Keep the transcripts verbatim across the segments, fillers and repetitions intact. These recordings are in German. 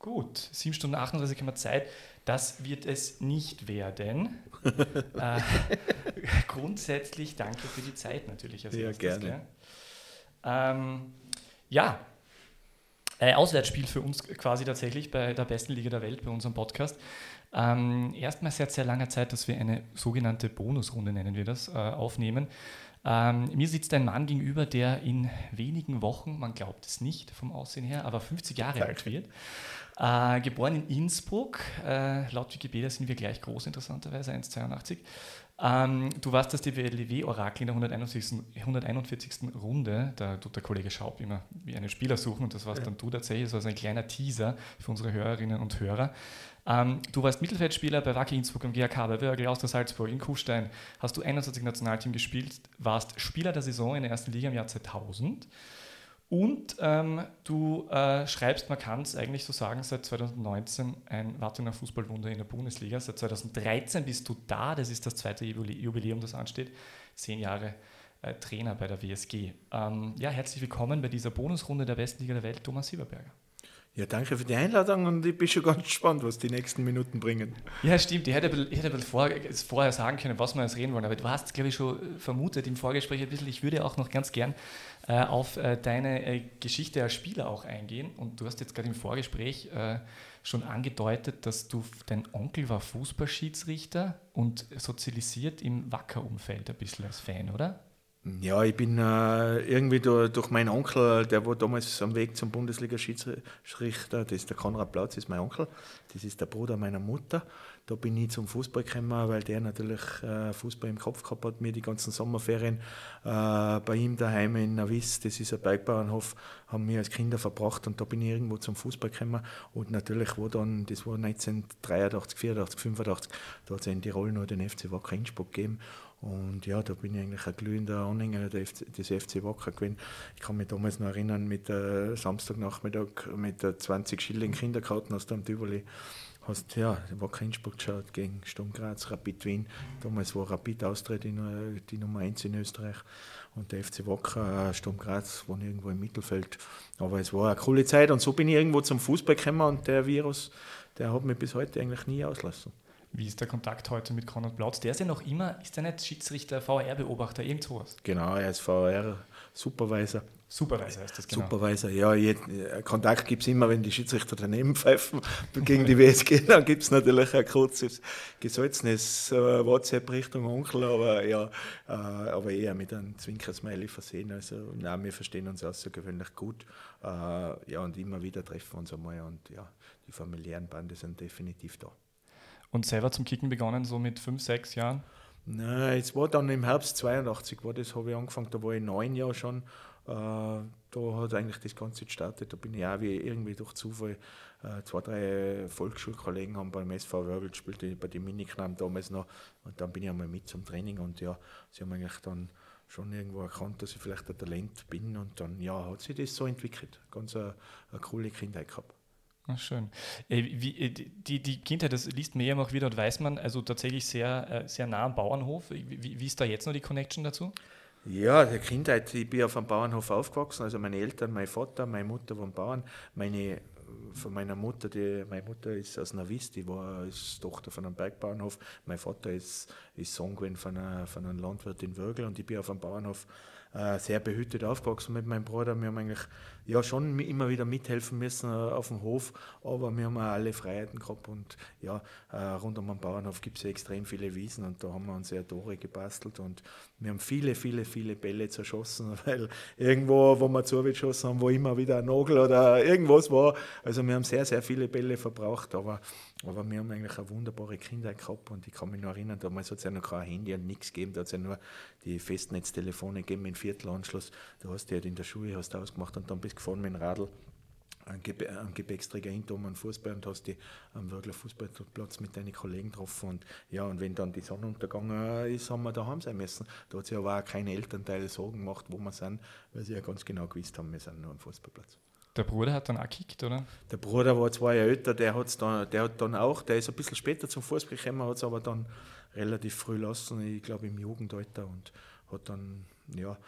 Gut, sieben Stunden achtunddreißig haben wir Zeit. Das wird es nicht werden. äh, grundsätzlich danke für die Zeit natürlich. Als ja, erstes, gerne. Ähm, ja, ein Auswärtsspiel für uns quasi tatsächlich bei der besten Liga der Welt, bei unserem Podcast. Ähm, erstmal seit sehr langer Zeit, dass wir eine sogenannte Bonusrunde, nennen wir das, äh, aufnehmen. Ähm, mir sitzt ein Mann gegenüber, der in wenigen Wochen, man glaubt es nicht vom Aussehen her, aber fünfzig Jahre alt wird. Äh, geboren in Innsbruck, äh, laut Wikipedia sind wir gleich groß, interessanterweise, eins Komma zweiundachtzig. Ähm, du warst das D W L W-Orakel in der hunderteinundvierzigsten Runde, da tut der Kollege Schaub immer wie einen Spieler suchen und das warst ja. dann du tatsächlich, das war so ein kleiner Teaser für unsere Hörerinnen und Hörer. Ähm, du warst Mittelfeldspieler bei Wacker Innsbruck am G A K, bei Wörgl Austria Salzburg, in Kufstein, hast du einundzwanzig Nationalteam gespielt, warst Spieler der Saison in der ersten Liga im Jahr zweitausend und ähm, du äh, schreibst, man kann es eigentlich so sagen, seit zweitausendneunzehn ein Wartener Fußballwunder in der Bundesliga. Seit zweitausenddreizehn bist du da, das ist das zweite Jubiläum, das ansteht, zehn Jahre äh, Trainer bei der W S G. Ähm, ja, herzlich willkommen bei dieser Bonusrunde der besten Liga der Welt, Thomas Sieberberger. Ja, danke für die Einladung und ich bin schon ganz gespannt, was die nächsten Minuten bringen. Ja, stimmt. Ich hätte ein bisschen, ich hätte ein bisschen vor, vorher sagen können, was wir jetzt reden wollen, aber du hast, glaube ich, schon vermutet im Vorgespräch ein bisschen, ich würde auch noch ganz gern äh, auf äh, deine äh, Geschichte als Spieler auch eingehen und du hast jetzt gerade im Vorgespräch äh, schon angedeutet, dass du, dein Onkel war Fußballschiedsrichter und sozialisiert im Wacker-Umfeld ein bisschen als Fan, oder? Ja, ich bin äh, irgendwie durch, durch meinen Onkel, der war damals am Weg zum Bundesliga-Schiedsrichter, das ist der Konrad Plautz, das ist mein Onkel, das ist der Bruder meiner Mutter. Da bin ich zum Fußball gekommen, weil der natürlich äh, Fußball im Kopf gehabt hat, mir die ganzen Sommerferien äh, bei ihm daheim in Navis, das ist ein Bergbauernhof, haben wir als Kinder verbracht und da bin ich irgendwo zum Fußball gekommen und natürlich war dann, das war neunzehnhundertdreiundachtzig, vierundachtzig, fünfundachtzig, da hat es in Tirol noch den F C Wacker Innsbruck gegeben. Und ja, da bin ich eigentlich ein glühender Anhänger des F C Wacker gewesen. Ich kann mich damals noch erinnern, mit äh, Samstagnachmittag mit äh, zwanzig Schilling Kinderkarten aus dem Tivoli hast ja Wacker Innsbruck geschaut gegen Sturm Graz, Rapid Wien. Damals war Rapid Austria die, die Nummer eins in Österreich und der F C Wacker, äh, Sturm Graz, waren irgendwo im Mittelfeld. Aber es war eine coole Zeit und so bin ich irgendwo zum Fußball gekommen und der Virus, der hat mich bis heute eigentlich nie auslassen. Wie ist der Kontakt heute mit Konrad Plautz? Der ist ja noch immer, ist der nicht Schiedsrichter, V R-Beobachter, irgend sowas? Genau, er ist V R-Supervisor. Supervisor heißt das, genau. Supervisor, ja, je, Kontakt gibt es immer, wenn die Schiedsrichter daneben pfeifen gegen die W S G, dann gibt es natürlich ein kurzes, gesalzenes äh, WhatsApp Richtung Onkel, aber ja, äh, aber eher mit einem Zwinker-Smiley versehen. Also, nein, wir verstehen uns außergewöhnlich gut. Äh, ja, und immer wieder treffen wir uns einmal und ja, die familiären Bande sind definitiv da. Und selber zum Kicken begonnen, so mit fünf, sechs Jahren? Nein, es war dann im Herbst zweiundachtzig, war das, habe ich angefangen, da war ich neun Jahre schon. Äh, da hat eigentlich das Ganze gestartet. Da bin ich auch wie irgendwie durch Zufall, äh, zwei, drei Volksschulkollegen haben beim S V Wörgl gespielt, bei den Miniknamen damals noch. Und dann bin ich einmal mit zum Training und ja, sie haben eigentlich dann schon irgendwo erkannt, dass ich vielleicht ein Talent bin und dann ja, hat sich das so entwickelt. Ganz eine, eine coole Kindheit gehabt. Ach, schön. Äh, wie, die, die Kindheit, das liest man ja immer wieder und weiß man, also tatsächlich sehr, sehr nah am Bauernhof. Wie, wie ist da jetzt noch die Connection dazu? Ja, der Kindheit, ich bin auf einem Bauernhof aufgewachsen, also meine Eltern, mein Vater, meine Mutter waren Bauern, meine, von meiner Mutter, die, meine Mutter ist aus Navis, die war ist Tochter von einem Bergbauernhof, mein Vater ist, ist Sohn gewesen von, einer, von einem Landwirt in Wörgl und ich bin auf einem Bauernhof äh, sehr behütet aufgewachsen mit meinem Bruder. Wir haben eigentlich ja schon immer wieder mithelfen müssen äh, auf dem Hof, aber wir haben auch alle Freiheiten gehabt und ja, äh, rund um den Bauernhof gibt es ja extrem viele Wiesen und da haben wir uns sehr Tore gebastelt und wir haben viele, viele, viele Bälle zerschossen, weil irgendwo, wo wir zugeschossen haben, wo immer wieder ein Nagel oder irgendwas war. Also wir haben sehr, sehr viele Bälle verbraucht, aber, aber wir haben eigentlich eine wunderbare Kindheit gehabt und ich kann mich noch erinnern, damals hat es ja noch kein Handy und nichts gegeben, da hat es ja nur die Festnetztelefone gegeben mit Viertelanschluss. Da hast du halt in der Schule hast du ausgemacht und dann bist du gefahren mit dem Radl einen Gepäcksträger hinter um einen Fußball und hast dich am Wörgler Fußballplatz mit deinen Kollegen getroffen. Und ja, und wenn dann die Sonne untergegangen ist, haben wir daheim sein müssen. Da hat sich aber auch keine Elternteile Sorgen gemacht, wo wir sind, weil sie ja ganz genau gewusst haben, wir sind nur am Fußballplatz. Der Bruder hat dann auch gekickt, oder? Der Bruder war zwei Jahre älter, der, hat's dann, der hat dann auch, der ist ein bisschen später zum Fußball gekommen, hat es aber dann relativ früh lassen, ich glaube im Jugendalter und hat dann, ja,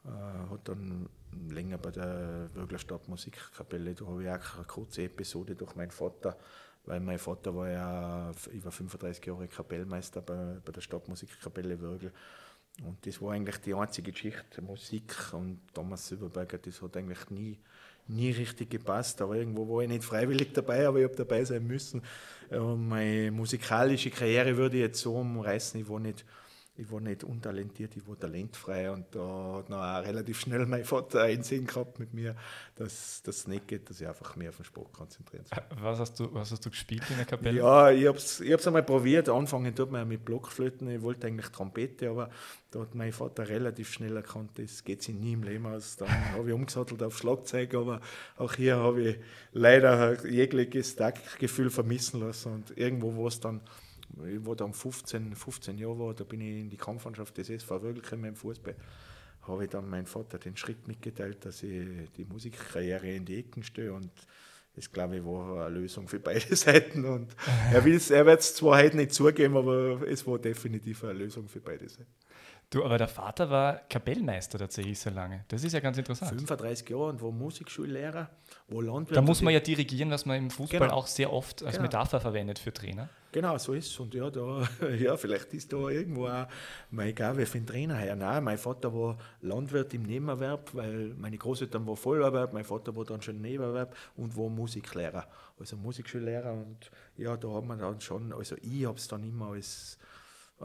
Äh, hat dann länger bei der Wörgler Stadtmusikkapelle, da habe ich auch eine kurze Episode durch meinen Vater, weil mein Vater war ja über fünfunddreißig Jahre Kapellmeister bei, bei der Stadtmusikkapelle Wörgl. Und das war eigentlich die einzige Geschichte, Musik und Thomas Silberberger, das hat eigentlich nie, nie richtig gepasst, aber irgendwo war ich nicht freiwillig dabei, aber ich habe dabei sein müssen. Und meine musikalische Karriere würde ich jetzt so umreißen, ich war nicht, ich war nicht untalentiert, ich war talentfrei und da hat noch auch relativ schnell mein Vater einsehen gehabt mit mir, dass das nicht geht, dass ich einfach mehr auf den Sport konzentrieren soll. Was hast du, was hast du gespielt in der Kapelle? Ja, ich habe es ich hab's einmal probiert. Anfangen tut man ja mit Blockflöten. Ich wollte eigentlich Trompete, aber da hat mein Vater relativ schnell erkannt, das geht sich nie im Leben aus. Dann habe ich umgesattelt auf Schlagzeug, aber auch hier habe ich leider jegliches Taktgefühl vermissen lassen. Und irgendwo war es dann, ich war dann fünfzehn, fünfzehn Jahre war, da bin ich in die Kampfmannschaft des S V Wörgl gekommen im Fußball. Habe ich dann meinem Vater den Schritt mitgeteilt, dass ich die Musikkarriere in die Ecken stehe und das, glaube ich, war eine Lösung für beide Seiten. Und er, er wird es zwar heute nicht zugeben, aber es war definitiv eine Lösung für beide Seiten. Du, aber der Vater war Kapellmeister tatsächlich so lange. Das ist ja ganz interessant. fünfunddreißig Jahre und war Musikschullehrer, war Landwirt. Da muss man ja dirigieren, was man im Fußball genau. auch sehr oft als genau. Metapher verwendet für Trainer. Genau, so ist es. Und ja, da, ja, vielleicht ist da irgendwo auch meine Gabe für den Trainer her. Nein, mein Vater war Landwirt im Nebenerwerb, weil meine Großeltern waren Vollerwerb, mein Vater war dann schon Nebenerwerb und war Musiklehrer, also Musikschullehrer. Und ja, da hat man dann schon, also ich habe es dann immer als, äh,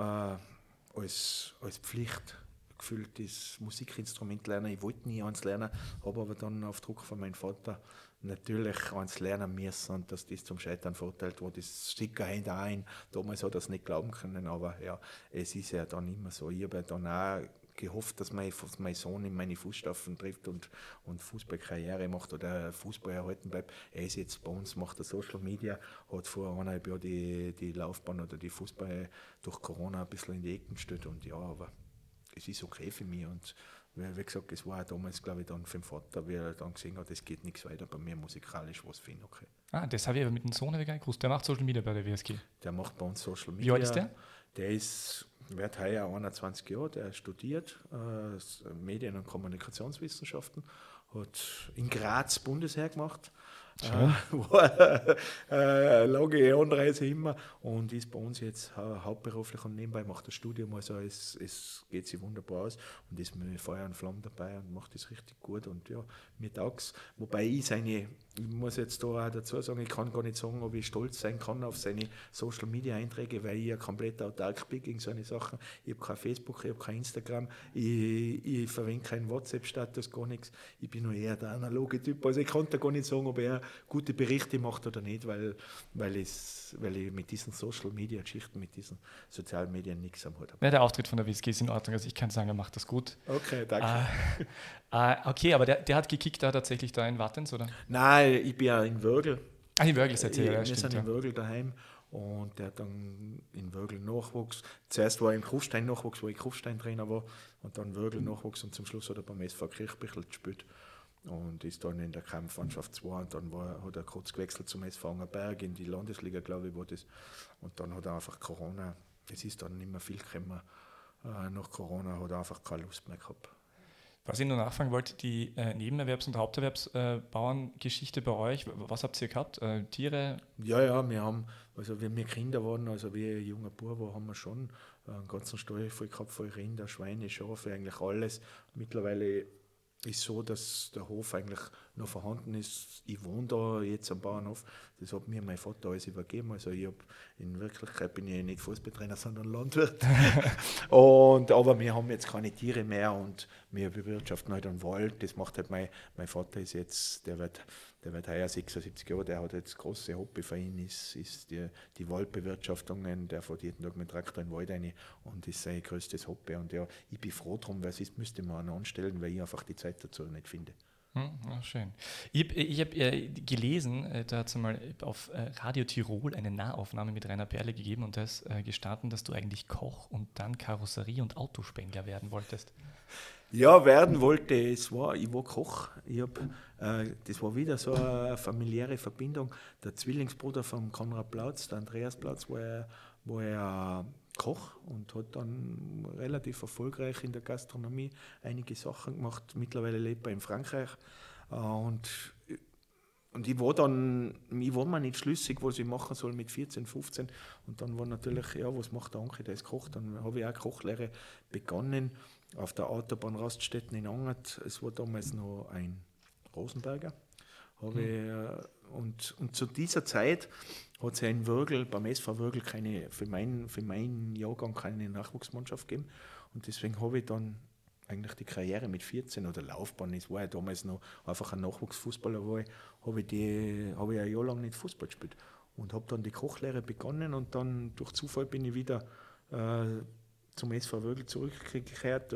als, als Pflicht gefühlt, das Musikinstrument lernen. Ich wollte nie eins lernen, habe aber dann auf Druck von meinem Vater natürlich eins lernen müssen und dass das zum Scheitern verurteilt war. Das steckt auch ein. Damals hat er es nicht glauben können, aber ja, es ist ja dann immer so. Ich habe ja dann auch gehofft, dass mein, mein Sohn in meine Fußstapfen trifft und, und Fußballkarriere macht oder Fußball erhalten bleibt. Er ist jetzt bei uns, macht er Social Media, hat vor eineinhalb Jahren die, die Laufbahn oder die Fußball durch Corona ein bisschen in die Ecken gestellt und ja, aber es ist okay für mich und wie gesagt, es war auch damals, glaube ich, dann für den Vater, wie er dann gesehen hat, es geht nichts weiter bei mir musikalisch, was für ihn okay. Ah, das habe ich aber mit dem Sohn gar nicht gewusst. Der macht Social Media bei der W S G. Der macht bei uns Social Media. Wie alt ist der? Der ist, wird heuer einundzwanzig Jahre, der studiert äh, Medien- und Kommunikationswissenschaften, hat in Graz Bundesheer gemacht. Äh, war äh, lange Anreise immer und ist bei uns jetzt äh, hauptberuflich und nebenbei macht das Studium, also es, es geht sich wunderbar aus und ist mit Feuer und Flamme dabei und macht das richtig gut und ja, mir taugt's. Wobei ich seine, ich muss jetzt da auch dazu sagen, ich kann gar nicht sagen, ob ich stolz sein kann auf seine Social Media Einträge, weil ich ja komplett autark bin gegen so eine Sachen. Ich habe kein Facebook, ich habe kein Instagram, ich, ich verwende keinen WhatsApp-Status, gar nichts. Ich bin nur eher der analoge Typ, also ich kann da gar nicht sagen, ob er gute Berichte macht oder nicht, weil, weil, es, weil ich mit diesen Social-Media-Geschichten, mit diesen sozialen Medien nichts am Hut habe. Ja, der Auftritt von der W S G ist in Ordnung, also ich kann sagen, er macht das gut. Okay, danke. Äh, äh, okay, aber der, der hat gekickt da tatsächlich da in Wattens, oder? Nein, ich bin ja in Wörgl. Ah, in Wörgl seid ihr, ja, Wir stimmt, sind ja. in Wörgl daheim und der hat dann in Wörgl Nachwuchs. Zuerst war er im Kufstein Nachwuchs, wo ich Kufstein-Trainer war und dann Wörgl Nachwuchs und zum Schluss hat er beim S V Kirchbichel gespielt. Und ist dann in der Kampfmannschaft zwei und dann war, hat er kurz gewechselt zum S V Angerberg in die Landesliga, glaube ich, war das. Und dann hat er einfach Corona, es ist dann nicht mehr viel gekommen, äh, nach Corona hat er einfach keine Lust mehr gehabt. Was ich nur nachfragen wollte, die äh, Nebenerwerbs- und Haupterwerbsbauerngeschichte äh, bei euch, was habt ihr gehabt? Äh, Tiere? Ja, ja, wir haben, also wenn wir Kinder waren, also wie ein junger Bub war, haben wir schon einen ganzen Stall voll gehabt, voll Rinder, Schweine, Schafe, eigentlich alles. Mittlerweile ist so, dass der Hof eigentlich noch vorhanden ist. Ich wohne da jetzt am Bauernhof. Das hat mir mein Vater alles übergeben. Also ich hab, in Wirklichkeit bin ich nicht Fußballtrainer, sondern Landwirt. und, aber wir haben jetzt keine Tiere mehr und wir bewirtschaften halt einen Wald. Das macht halt mein, mein Vater ist jetzt, der wird, der wird heuer sechsundsiebzig Jahre, der hat jetzt große Hobby für ihn, ist, ist die, die Waldbewirtschaftungen, der fährt jeden Tag mit dem Traktor in den Wald rein und ist sein größtes Hobby. Und ja, ich bin froh drum, weil sonst müsste man einen anstellen, weil ich einfach die Zeit dazu nicht finde. Hm, oh, schön. Ich habe ich hab, äh, gelesen, äh, da hat es mal auf äh, Radio Tirol eine Nahaufnahme mit Rainer Perle gegeben und da ist äh, gestanden, dass du eigentlich Koch und dann Karosserie- und Autospengler werden wolltest. Ja, werden wollte, es war, ich war Koch. Ich hab, äh, das war wieder so eine familiäre Verbindung. Der Zwillingsbruder von Konrad Plautz, der Andreas Plautz, war er, war er Koch und hat dann relativ erfolgreich in der Gastronomie einige Sachen gemacht. Mittlerweile lebt er in Frankreich. Äh, und, und ich war dann, ich war mir nicht schlüssig, was ich machen soll mit vierzehn, fünfzehn. Und dann war natürlich, ja, was macht der Anke, der ist Koch. Dann habe ich auch Kochlehre begonnen auf der Autobahn Raststätten in Angert. Es war damals noch ein Rosenberger. Habe ich, äh, und, und zu dieser Zeit hat es ja in Würgl, beim S V Würgl keine, für, mein, für meinen Jahrgang keine Nachwuchsmannschaft gegeben. Und deswegen habe ich dann eigentlich die Karriere mit vierzehn oder Laufbahn, es war ja damals noch einfach ein Nachwuchsfußballer, war ich, habe ich, die, habe ich ein Jahr lang nicht Fußball gespielt. Und habe dann die Kochlehre begonnen und dann durch Zufall bin ich wieder äh, zum S V Würgl zurückgekehrt. Da,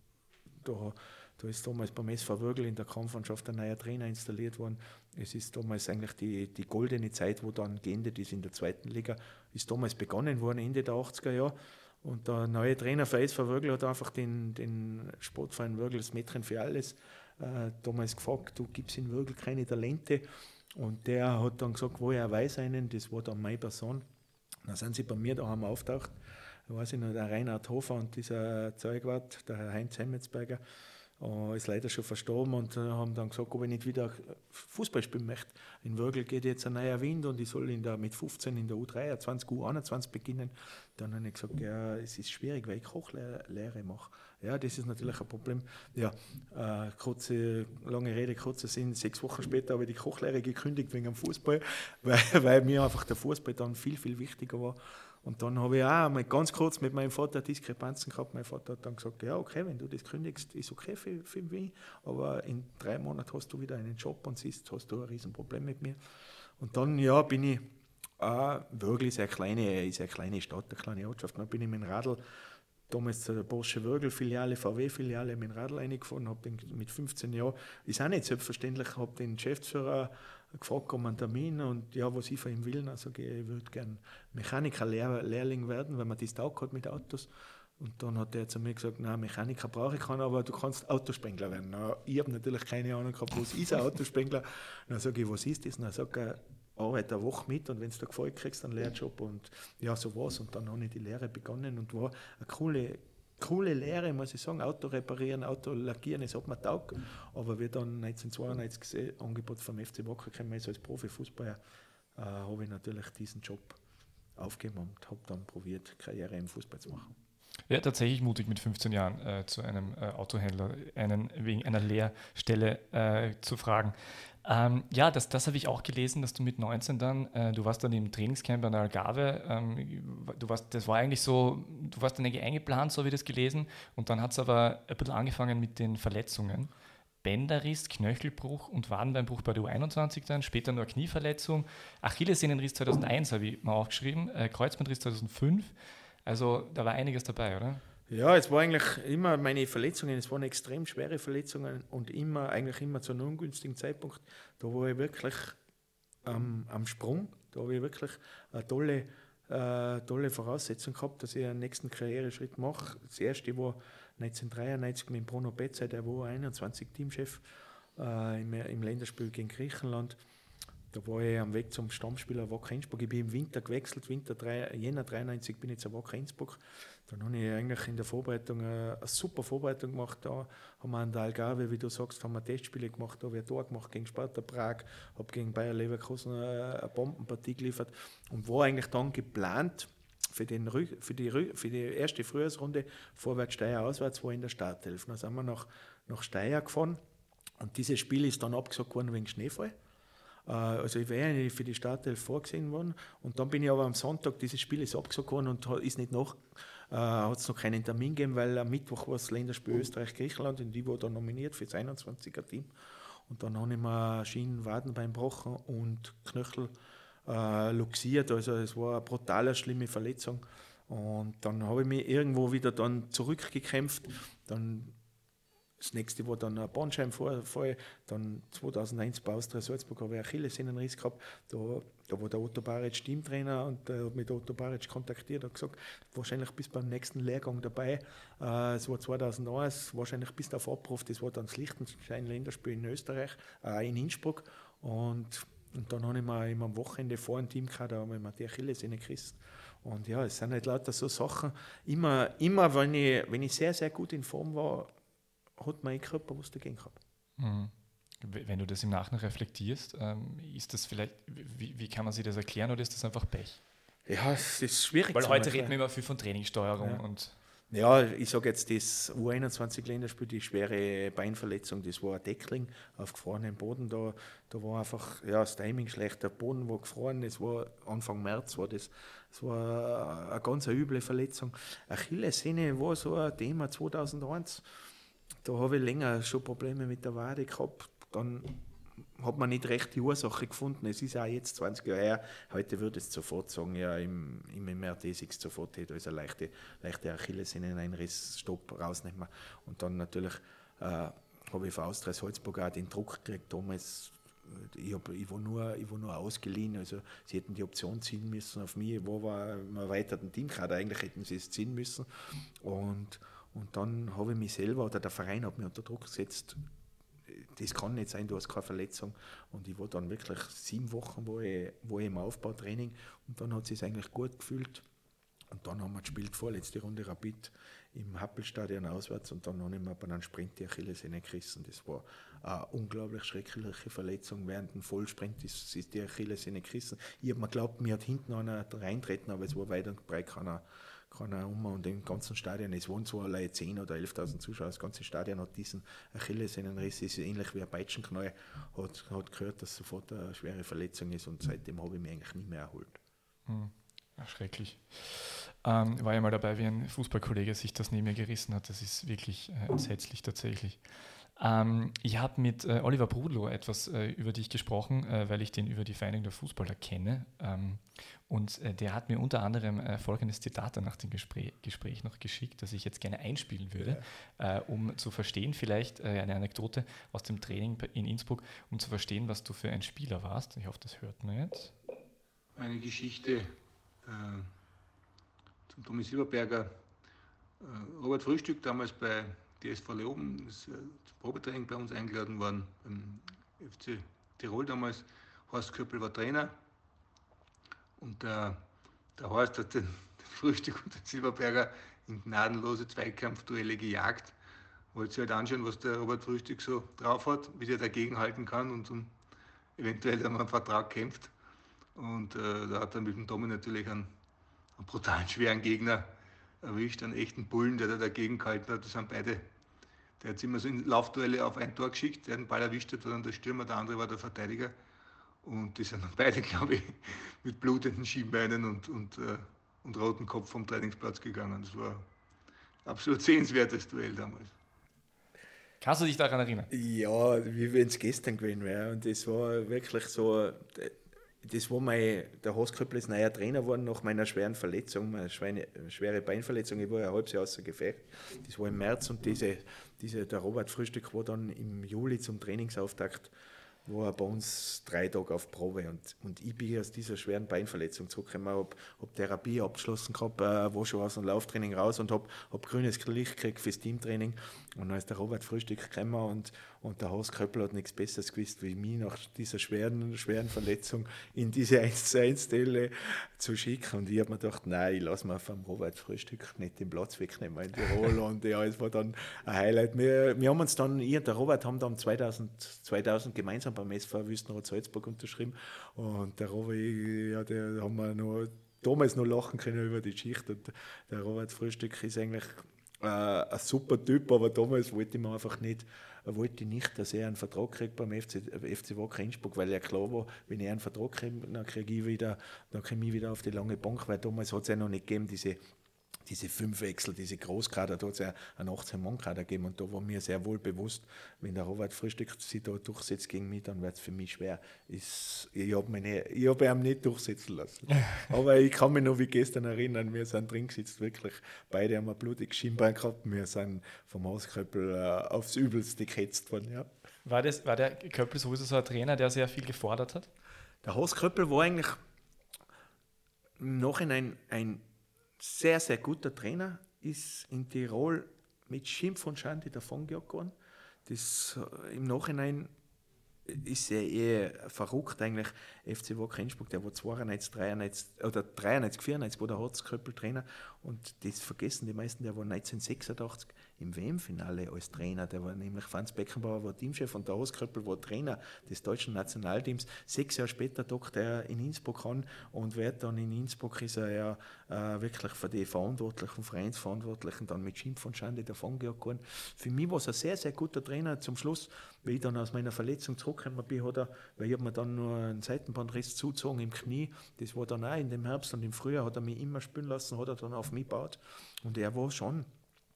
da, da ist damals beim S V Würgl in der Kampfmannschaft ein neuer Trainer installiert worden. Es ist damals eigentlich die, die goldene Zeit, wo dann geendet ist in der zweiten Liga, ist damals begonnen worden, Ende der achtziger Jahre. Und der neue Trainer für S V Würgl hat einfach den, den Sportverein Würgl, das Mädchen für alles, äh, damals gefragt, du gibst in Würgl keine Talente. Und der hat dann gesagt, wo er weiß einen, das war dann meine Person. Dann sind sie bei mir daheim auftaucht. Da weiß ich noch, der Reinhard Hofer und dieser Zeugwart, der Herr Heinz Hemmetsberger, Uh, ist leider schon verstorben und uh, haben dann gesagt, ob ich nicht wieder Fußball spielen möchte. In Würgl geht jetzt ein neuer Wind und ich soll in der, mit fünfzehn in der U dreiundzwanzig, U einundzwanzig beginnen. Dann habe ich gesagt, ja, es ist schwierig, weil ich Kochlehre mache. Ja, das ist natürlich ein Problem. Ja, uh, kurze, lange Rede, kurzer Sinn, sechs Wochen später habe ich die Kochlehre gekündigt wegen dem Fußball, weil, weil mir einfach der Fußball dann viel, viel wichtiger war. Und dann habe ich auch mal ganz kurz mit meinem Vater Diskrepanzen gehabt. Mein Vater hat dann gesagt, ja okay, wenn du das kündigst, ist okay für, für mich, aber in drei Monaten hast du wieder einen Job und siehst, hast du ein Riesenproblem mit mir. Und dann ja, bin ich auch wirklich eine kleine, ist eine kleine Stadt, eine kleine Ortschaft. Dann bin ich mit dem Radl, damals zur Porsche Würgl-Filiale, V W-Filiale, mit dem Radl reingefahren, habe mit fünfzehn Jahren, ist auch nicht selbstverständlich, habe den Geschäftsführer gefragt um einen Termin und ja, was ich von ihm will, also ich würde gerne Mechaniker-Lehrling werden, weil man das taugt hat mit Autos. Und dann hat er zu mir gesagt, nein, Mechaniker brauche ich keinen, aber du kannst Autospengler werden. Na, ich habe natürlich keine Ahnung gehabt, was ist ein Autospengler. Dann sage ich, was ist das? Dann sagt er, arbeite eine Woche mit und wenn du da gefällt kriegst, dann Lehrjob. Und ja, so war es. Und dann habe ich die Lehre begonnen und war eine coole Coole Lehre, muss ich sagen, Auto reparieren, Auto lackieren, das hat mir taugt. Aber wie dann neunzehnhundertzweiundneunzig gesehen, Angebot vom F C Wacker gekommen ist als Profifußballer, äh, habe ich natürlich diesen Job aufgegeben und habe dann probiert, Karriere im Fußball zu machen. Ja, tatsächlich mutig mit fünfzehn Jahren äh, zu einem äh, Autohändler einen, wegen einer Lehrstelle äh, zu fragen. Ähm, ja, das, das habe ich auch gelesen, dass du mit neunzehn dann, äh, du warst dann im Trainingscamp an der Algarve, ähm, du warst, das war eigentlich so, du warst dann eigentlich eingeplant, so wie das gelesen, und dann hat es aber ein bisschen angefangen mit den Verletzungen. Bänderriss, Knöchelbruch und Wadenbeinbruch bei der U einundzwanzig dann, später nur Knieverletzung, Achillessehnenriss zweitausendeins habe ich mal aufgeschrieben, äh, Kreuzbandriss zweitausendfünf, also da war einiges dabei, oder? Ja, es war eigentlich immer meine Verletzungen, es waren extrem schwere Verletzungen und immer, eigentlich immer zu einem ungünstigen Zeitpunkt. Da war ich wirklich ähm, am Sprung, da habe ich wirklich eine tolle, äh, tolle Voraussetzung gehabt, dass ich einen nächsten Karriereschritt mache. Das erste war neunzehnhundertdreiundneunzig mit Bruno Betzer, der war einundzwanzig Teamchef äh, im, im Länderspiel gegen Griechenland. Da war ich am Weg zum Stammspieler Wacker Innsbruck. Ich bin im Winter gewechselt, Winter drei, Jänner dreiundneunzig bin ich zu Wacker Innsbruck. Dann habe ich eigentlich in der Vorbereitung eine, eine super Vorbereitung gemacht. Da haben wir an der Algarve, wie du sagst, haben wir Testspiele gemacht. Da habe ich ein Tor gemacht gegen Sparta Prag, habe gegen Bayer Leverkusen eine, eine Bombenpartie geliefert und war eigentlich dann geplant für, den, für, die, für die erste Frühjahrsrunde vorwärts Steyr auswärts, war in der Startelf. Dann sind wir nach, nach Steyr gefahren und dieses Spiel ist dann abgesagt worden wegen Schneefall. Also ich wäre für die Startelf vorgesehen worden und dann bin ich aber am Sonntag, dieses Spiel ist abgesagt worden und ist nicht nach, äh, hat es noch keinen Termin gegeben, weil am Mittwoch war das Länderspiel Österreich-Griechenland und ich war da nominiert für das einundzwanziger Team und dann habe ich mir Schienen, Wadenbein gebrochen und Knöchel äh, luxiert, also es war eine brutale, schlimme Verletzung und dann habe ich mich irgendwo wieder dann zurückgekämpft, dann das nächste war dann ein Bandscheibenvorfall, dann zweitausendeins bei Austria Salzburg habe ich Achillessehnenriss gehabt, da, da war der Otto Baric Teamtrainer und der hat mich der Otto Baric kontaktiert und gesagt, wahrscheinlich bist du beim nächsten Lehrgang dabei, äh, es war zweitausendeins, wahrscheinlich bist du auf Abruf, das war dann das Liechtenstein-Länderspiel in Österreich, äh, in Innsbruck und Und dann habe ich mir immer am Wochenende vor einem Team gehabt, da habe ich mir die Achillessehne gerissen. Und ja, es sind halt lauter so Sachen. Immer, immer wenn, ich, wenn ich sehr, sehr gut in Form war, hat mein Körper was dagegen gehabt. Mhm. Wenn du das im Nachhinein reflektierst, ähm, ist das vielleicht, wie, wie kann man sich das erklären oder ist das einfach Pech? Ja, es ist schwierig. Weil heute reden wir immer viel von Trainingssteuerung ja. und Ja, ich sage jetzt, das U einundzwanzig-Länderspiel, die schwere Beinverletzung, das war ein Deckling auf gefrorenem Boden. Da, da war einfach ja, das Timing schlecht, der Boden war gefroren, es war Anfang März, war das, das war eine ganz üble Verletzung. Achillessehne war so ein Thema zweitausendeins, da habe ich länger schon Probleme mit der Wade gehabt. Dann hat man nicht recht die Ursache gefunden. Es ist auch jetzt zwanzig Jahre her. Heute würde ich sofort sagen, ja, im, im M R T sechs sofort, da ist eine leichte, leichte Achillessehneneinriss, Stopp, rausnehmen. Und dann natürlich äh, habe ich von Austria Salzburg auch den Druck gekriegt, damals. Ich, hab, ich, war nur, ich war nur ausgeliehen, also sie hätten die Option ziehen müssen auf mich. Ich war aber im erweiterten Teamkader, eigentlich hätten sie es ziehen müssen. Und, und dann habe ich mich selber, oder der Verein hat mich unter Druck gesetzt, das kann nicht sein, du hast keine Verletzung. Und ich war dann wirklich sieben Wochen war ich, war ich im Aufbautraining und dann hat es sich eigentlich gut gefühlt. Und dann haben wir gespielt, vorletzte Runde Rapid im Happelstadion auswärts und dann habe ich mir bei einem Sprint die Achillessehne gerissen. Das war eine unglaublich schreckliche Verletzung. Während dem Vollsprint ist, ist die Achillessehne gerissen. Ich habe mir geglaubt, mir hat hinten einer reintreten, aber es war weit und breit keiner. keiner um und im ganzen Stadion, es waren zwar allein zehn oder elftausend Zuschauer, das ganze Stadion hat diesen Achillessehnenriss, ist ähnlich wie ein Peitschenknall, hat, hat gehört, dass sofort eine schwere Verletzung ist und seitdem habe ich mich eigentlich nie mehr erholt. Hm. Ja, schrecklich. Ähm, war ja mal dabei, wie ein Fußballkollege sich das neben mir gerissen hat, das ist wirklich äh, entsetzlich tatsächlich. Ähm, ich habe mit äh, Oliver Brudlow etwas äh, über dich gesprochen, äh, weil ich den über die Vereinigung der Fußballer kenne. Ähm, und äh, der hat mir unter anderem äh, folgendes Zitat nach dem Gespräch, Gespräch noch geschickt, das ich jetzt gerne einspielen würde, ja. äh, um zu verstehen, vielleicht äh, eine Anekdote aus dem Training in Innsbruck, um zu verstehen, was du für ein Spieler warst. Ich hoffe, das hört man jetzt. Eine Geschichte äh, zum Tommy Silberberger. Äh, Robert Frühstück, damals bei D S V Leoben, ist äh, zum Probetraining bei uns eingeladen worden, beim F C Tirol damals. Horst Köppel war Trainer und der, der Horst hat den, den Frühstück und den Silberberger in gnadenlose Zweikampfduelle gejagt. Wollte sich halt anschauen, was der Robert Frühstück so drauf hat, wie der dagegenhalten kann und um eventuell um einen Vertrag kämpft. Und äh, da hat er mit dem Tommy natürlich einen, einen brutalen schweren Gegner erwischt, einen echten Bullen, der da dagegen gehalten hat. Das sind beide, der hat immer so in Laufduelle auf ein Tor geschickt, der den Ball erwischt hat, war dann der Stürmer, der andere war der Verteidiger. Und die sind dann beide, glaube ich, mit blutenden Schienbeinen und, und, äh, und rotem Kopf vom Trainingsplatz gegangen. Das war ein absolut sehenswertes Duell damals. Kannst du dich daran erinnern? Ja, wie wenn es gestern gewesen wäre. Und das war wirklich so. Das war mein, der Horst Köppel ist neuer Trainer geworden nach meiner schweren Verletzung, meine schwere, schwere Beinverletzung. Ich war ein halbes Jahr außer Gefecht. Das war im März und diese, diese, der Robert Frühstück war dann im Juli zum Trainingsauftakt, war bei uns drei Tage auf Probe. Und, und ich bin aus dieser schweren Beinverletzung zurückgekommen, habe hab Therapie abgeschlossen gehabt, äh, war schon aus dem Lauftraining raus und habe hab grünes Licht gekriegt fürs Teamtraining. Und dann ist der Robert Frühstück gekommen und, und der Horst Köppel hat nichts Besseres gewusst, wie mich nach dieser schweren, schweren Verletzung in diese eins zu eins Stelle zu schicken. Und ich habe mir gedacht, nein, ich lasse mir vom Robert Frühstück nicht den Platz wegnehmen in Tirol. Und ja, es war dann ein Highlight. Wir, wir haben uns dann, ich und der Robert haben dann zweitausend, zweitausend gemeinsam beim S V Wüstenrot Salzburg unterschrieben. Und der Robert, ja, der haben wir noch damals noch lachen können über die Geschichte. Und der Robert Frühstück ist eigentlich äh, ein super Typ, aber damals wollte ich mir einfach nicht, wollte ich nicht, dass er einen Vertrag kriegt beim F C, F C Wacker Innsbruck, weil ja klar war, wenn er einen Vertrag kriegt, dann kriege ich wieder, dann komme ich wieder auf die lange Bank, weil damals hat es ja noch nicht gegeben, diese diese fünf Wechsel, diese Großkader, da hat es ja einen achtzehn-Mann-Kader gegeben und da war mir sehr wohl bewusst, wenn der Robert Frühstück sich da durchsetzt gegen mich, dann wird es für mich schwer. Ist, ich habe hab ihn nicht durchsetzen lassen. Aber ich kann mich noch wie gestern erinnern, wir sind drin gesetzt, wirklich. Beide haben ein blutiges Schienbein gehabt, wir sind vom Hausköppel äh, aufs Übelste gehetzt worden. Ja. War, das, war der Köppel sowieso so ein Trainer, der sehr viel gefordert hat? Der Hausköppel war eigentlich im Nachhinein ein sehr, sehr guter Trainer, ist in Tirol mit Schimpf und Schande davongejagt worden. Das, im Nachhinein ist ja eh verrückt eigentlich. F C Wacker Innsbruck, der war zweiundneunzig, dreiundneunzig oder dreiundneunzig, vierundneunzig, wo der Harzköppel Trainer, und das vergessen die meisten, der war neunzehnhundertsechsundachtzig im W M-Finale als Trainer, der war nämlich, Franz Beckenbauer war Teamchef und der Harzköppel war Trainer des deutschen Nationalteams. Sechs Jahre später dockt er in Innsbruck an und wird dann in Innsbruck, ist er ja äh, wirklich für die Verantwortlichen, Vereinsverantwortlichen dann mit Schimpf und Schande davongejagt worden. Für mich war es ein sehr, sehr guter Trainer. Zum Schluss, wie ich dann aus meiner Verletzung zurückgekommen bin, hat er, weil ich habe mir dann nur einen Seitenbandriss zugezogen im Knie, das war dann auch in dem Herbst und im Frühjahr hat er mich immer spielen lassen, hat er dann auf mich gebaut und er war schon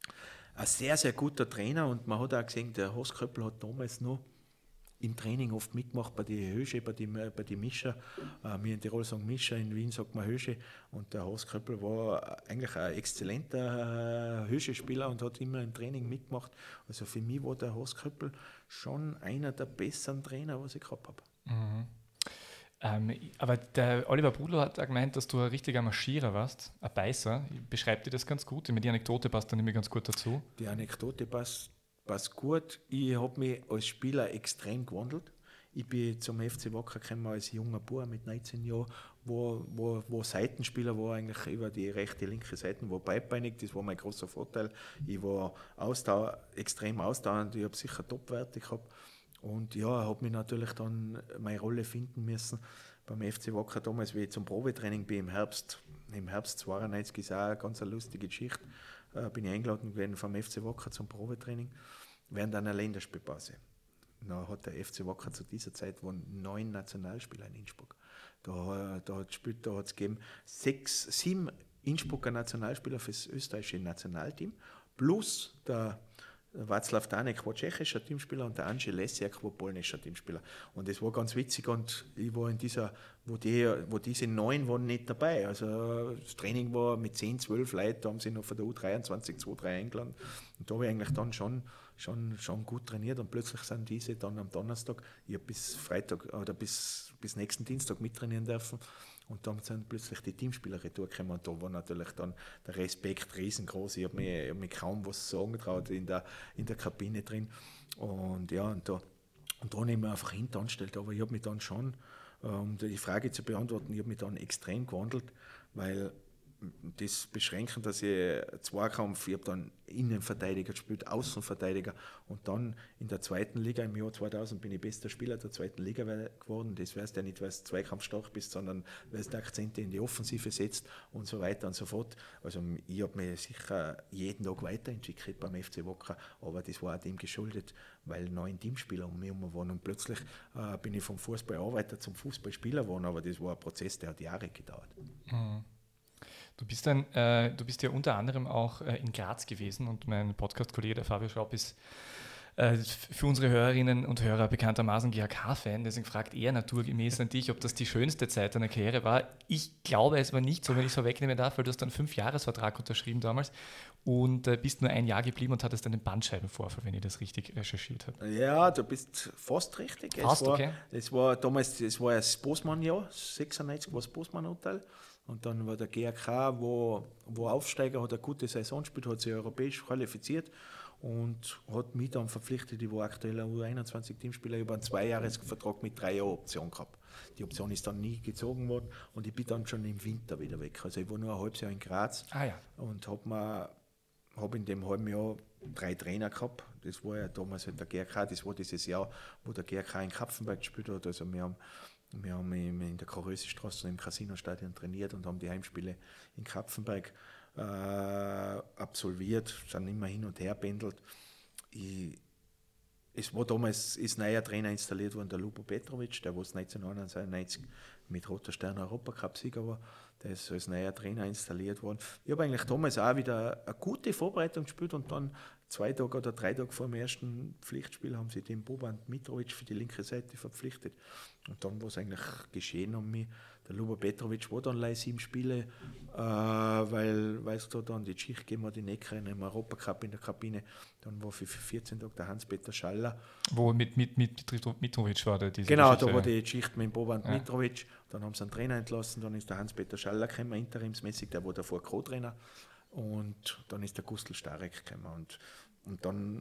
ein sehr, sehr guter Trainer und man hat auch gesehen, der Harzköppel hat damals noch im Training oft mitgemacht bei den Hösche, bei den bei die Mischer. Äh, wir in Tirol sagen Mischer, in Wien sagt man Hösche. Und der Harzköppel war eigentlich ein exzellenter Hösche-Spieler und hat immer im Training mitgemacht. Also für mich war der Harzköppel schon einer der besseren Trainer, was ich gehabt habe. Mhm. Ähm, aber der Oliver Budler hat auch gemeint, dass du ein richtiger Marschierer warst, ein Beißer. Beschreibt dir das ganz gut? Ich meine, die Anekdote passt dann immer ganz gut dazu. Die Anekdote passt, passt gut. Ich habe mich als Spieler extrem gewandelt. Ich bin zum F C Wacker gekommen als junger Bub mit neunzehn Jahren, wo, wo, wo Seitenspieler war, eigentlich über die rechte, linke Seite, war beidbeinig, das war mein großer Vorteil. Ich war ausdauer, extrem ausdauernd, ich habe sicher Top-Werte gehabt. Und ja, habe mich natürlich dann meine Rolle finden müssen beim F C Wacker damals, wie ich zum Probetraining bin im Herbst. Im Herbst zweiundneunzig ist auch eine ganz eine lustige Geschichte. Äh, bin ich eingeladen gewesen vom F C Wacker zum Probetraining während einer Länderspielpause. Da hat der F C Wacker zu dieser Zeit waren neun Nationalspieler in Innsbruck. Da, da hat es da gegeben sechs, sieben Innsbrucker Nationalspieler für das österreichische Nationalteam plus der Václav Danek war tschechischer Teamspieler und der Andrzej Lesiak war polnischer Teamspieler. Und das war ganz witzig und ich war in dieser, wo, die, wo diese neun waren nicht dabei. Also das Training war mit zehn, zwölf Leuten, da haben sie noch von der U dreiundzwanzig zwei drei eingeladen. Und da habe ich eigentlich dann schon, schon, schon gut trainiert und plötzlich sind diese dann am Donnerstag, ich habe bis Freitag oder bis, bis nächsten Dienstag mittrainieren dürfen. Und dann sind plötzlich die Teamspieler retourgekommen und da war natürlich dann der Respekt riesengroß. Ich habe mich, hab mich kaum was sagen getraut in der, in der Kabine drin. Und ja, und da, und da habe ich mich einfach hintangestellt. Aber ich habe mich dann schon, um die Frage zu beantworten, ich habe mich dann extrem gewandelt, weil das beschränken, dass ich Zweikampf, ich habe dann Innenverteidiger gespielt, Außenverteidiger und dann in der zweiten Liga im Jahr zweitausend bin ich bester Spieler der zweiten Liga geworden. Das weißt du ja nicht, weil du zweikampfstark bist, sondern weil du Akzente in die Offensive setzt und so weiter und so fort. Also ich habe mich sicher jeden Tag weiterentwickelt beim F C Wacker, aber das war auch dem geschuldet, weil neun Teamspieler um mich herum waren und plötzlich äh, bin ich vom Fußballarbeiter zum Fußballspieler geworden, aber das war ein Prozess, der hat Jahre gedauert. Mhm. Du bist, dann, äh, du bist ja unter anderem auch äh, in Graz gewesen und mein Podcast-Kollege, der Fabio Schraub, ist äh, für unsere Hörerinnen und Hörer bekanntermaßen G A K-Fan, deswegen fragt er naturgemäß an dich, ob das die schönste Zeit deiner Karriere war. Ich glaube, es war nicht so, wenn ich es vorwegnehmen darf, weil du hast einen Fünfjahresvertrag unterschrieben damals und äh, bist nur ein Jahr geblieben und hattest einen Bandscheibenvorfall, wenn ich das richtig recherchiert habe. Ja, du bist fast richtig. Fast, es war, okay. Es war damals, es war das Bosman-Jahr, sechsundneunzig war das Bosman-Urteil. Und dann war der G A K, wo, wo Aufsteiger, hat eine gute Saison gespielt, hat sich europäisch qualifiziert und hat mich dann verpflichtet. Ich war aktuell ein U einundzwanzig-Teamspieler, über einen Zweijahresvertrag mit drei Jahren Option gehabt. Die Option ist dann nie gezogen worden und ich bin dann schon im Winter wieder weg. Also ich war nur ein halbes Jahr in Graz ah, ja. und habe hab in dem halben Jahr drei Trainer gehabt. Das war ja damals halt der G A K, das war dieses Jahr, wo der G A K in Kapfenberg gespielt hat. Also wir haben Wir haben in der Karösestraße im Casinostadion trainiert und haben die Heimspiele in Kapfenberg äh, absolviert, sind immer hin und her pendelt. Ich, es war damals ist ein neuer Trainer installiert worden, der Lubo Petrovic, der was neunzehnhundertneunundneunzig mit Roter Stern Europacup-Sieger war. Der ist als neuer Trainer installiert worden. Ich habe eigentlich damals auch wieder eine gute Vorbereitung gespielt und dann zwei Tage oder drei Tage vor dem ersten Pflichtspiel haben sie den Boban Mitrovic für die linke Seite verpflichtet. Und dann war es eigentlich geschehen um mich. Der Lubo Petrovic war dann leider sieben Spiele, äh, weil weißt du, dann die Schicht gegeben hat, die Neckrennen im Europacup in der Kabine. Dann war für vierzehn Tage der Hans-Peter Schaller. Wo mit, mit, mit Mitrovic war der diese Genau, Geschichte. da war die Schicht mit Boban ja. Mitrovic. Dann haben sie einen Trainer entlassen, dann ist der Hans-Peter Schaller gekommen, interimsmäßig, der war davor Co-Trainer. Und dann ist der Gustl Starek gekommen. Und, und dann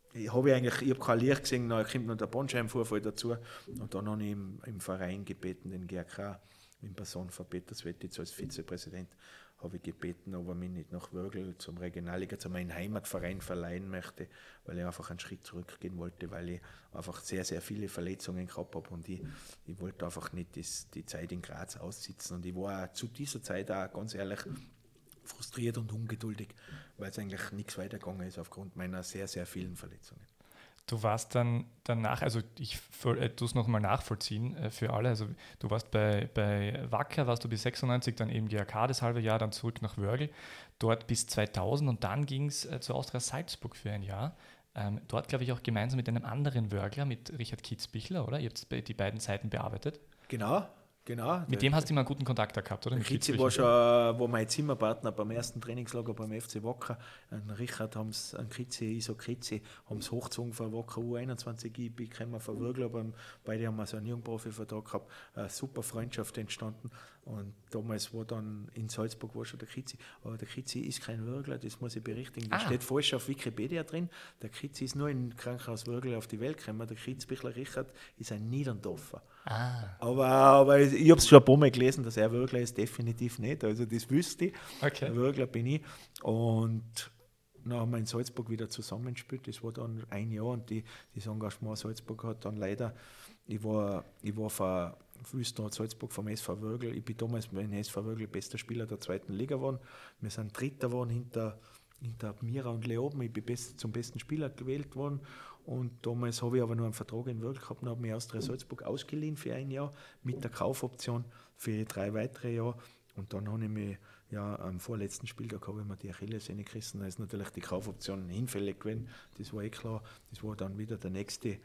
ich habe eigentlich, ich habe kein Licht gesehen, dann kommt noch der Bandscheibenvorfall dazu und dann habe ich im, im Verein gebeten, den G R K, in Person von Peter Svetitz als Vizepräsident, habe ich gebeten, ob er mich nicht nach Wörgl zum Regionalliga, zu meinem Heimatverein verleihen möchte, weil ich einfach einen Schritt zurückgehen wollte, weil ich einfach sehr, sehr viele Verletzungen gehabt habe und ich, ich wollte einfach nicht das, die Zeit in Graz aussitzen und ich war zu dieser Zeit auch, ganz ehrlich, frustriert und ungeduldig, weil es eigentlich nichts weitergegangen ist aufgrund meiner sehr, sehr vielen Verletzungen. Du warst dann danach, also ich äh, tue es nochmal nachvollziehen äh, für alle, also du warst bei, bei Wacker, warst du bis sechsundneunzig, dann eben G R K das halbe Jahr, dann zurück nach Wörgl, dort bis zweitausend und dann ging es äh, zu Austria Salzburg für ein Jahr. Ähm, dort, glaube ich, auch gemeinsam mit einem anderen Wörgler, mit Richard Kitzbichler, oder? Ihr habt die beiden Seiten bearbeitet. Genau. Genau. Mit dem hast du immer einen guten Kontakt gehabt, oder? Der Kitzi war schon, wo mein Zimmerpartner beim ersten Trainingslager beim F C Wacker, ein Richard, haben's, ein Kitzi, Iso Kitzi, haben es hochgezogen von Wacker U einundzwanzig, ich bin gekommen von Wörgl, aber beide haben so einen Jungprofi-Vertrag gehabt, eine super Freundschaft entstanden und damals war dann in Salzburg war schon der Kitzi, aber der Kitzi ist kein Wörgler, das muss ich berichtigen, das ah. steht falsch auf Wikipedia drin, der Kitzi ist nur in Krankenhaus Wörgl auf die Welt gekommen, der Kitzbichler Richard ist ein Niederndorfer. Ah. Aber, aber ich habe es schon ein paar Mal gelesen, dass er Wörgler ist, definitiv nicht. Also das wüsste ich. Okay. Wörgler bin ich. Und dann haben wir in Salzburg wieder zusammengespielt. Das war dann ein Jahr und die, das Engagement Salzburg hat dann leider, ich war, ich war von Wüstenrad Salzburg vom S V Wörgl. Ich bin damals beim S V Wörgl bester Spieler der zweiten Liga geworden. Wir sind Dritter geworden hinter, hinter Mira und Leoben. Ich bin best, zum besten Spieler gewählt worden. Und damals habe ich aber noch einen Vertrag in Wörgl gehabt und habe mich Austria Salzburg ausgeliehen für ein Jahr mit der Kaufoption für drei weitere Jahre. Und dann habe ich mich, ja, am vorletzten Spieltag habe ich mir die Achillessehne gerissen. Da ist natürlich die Kaufoption hinfällig gewesen. Das war eh klar. Das war dann wieder der nächste,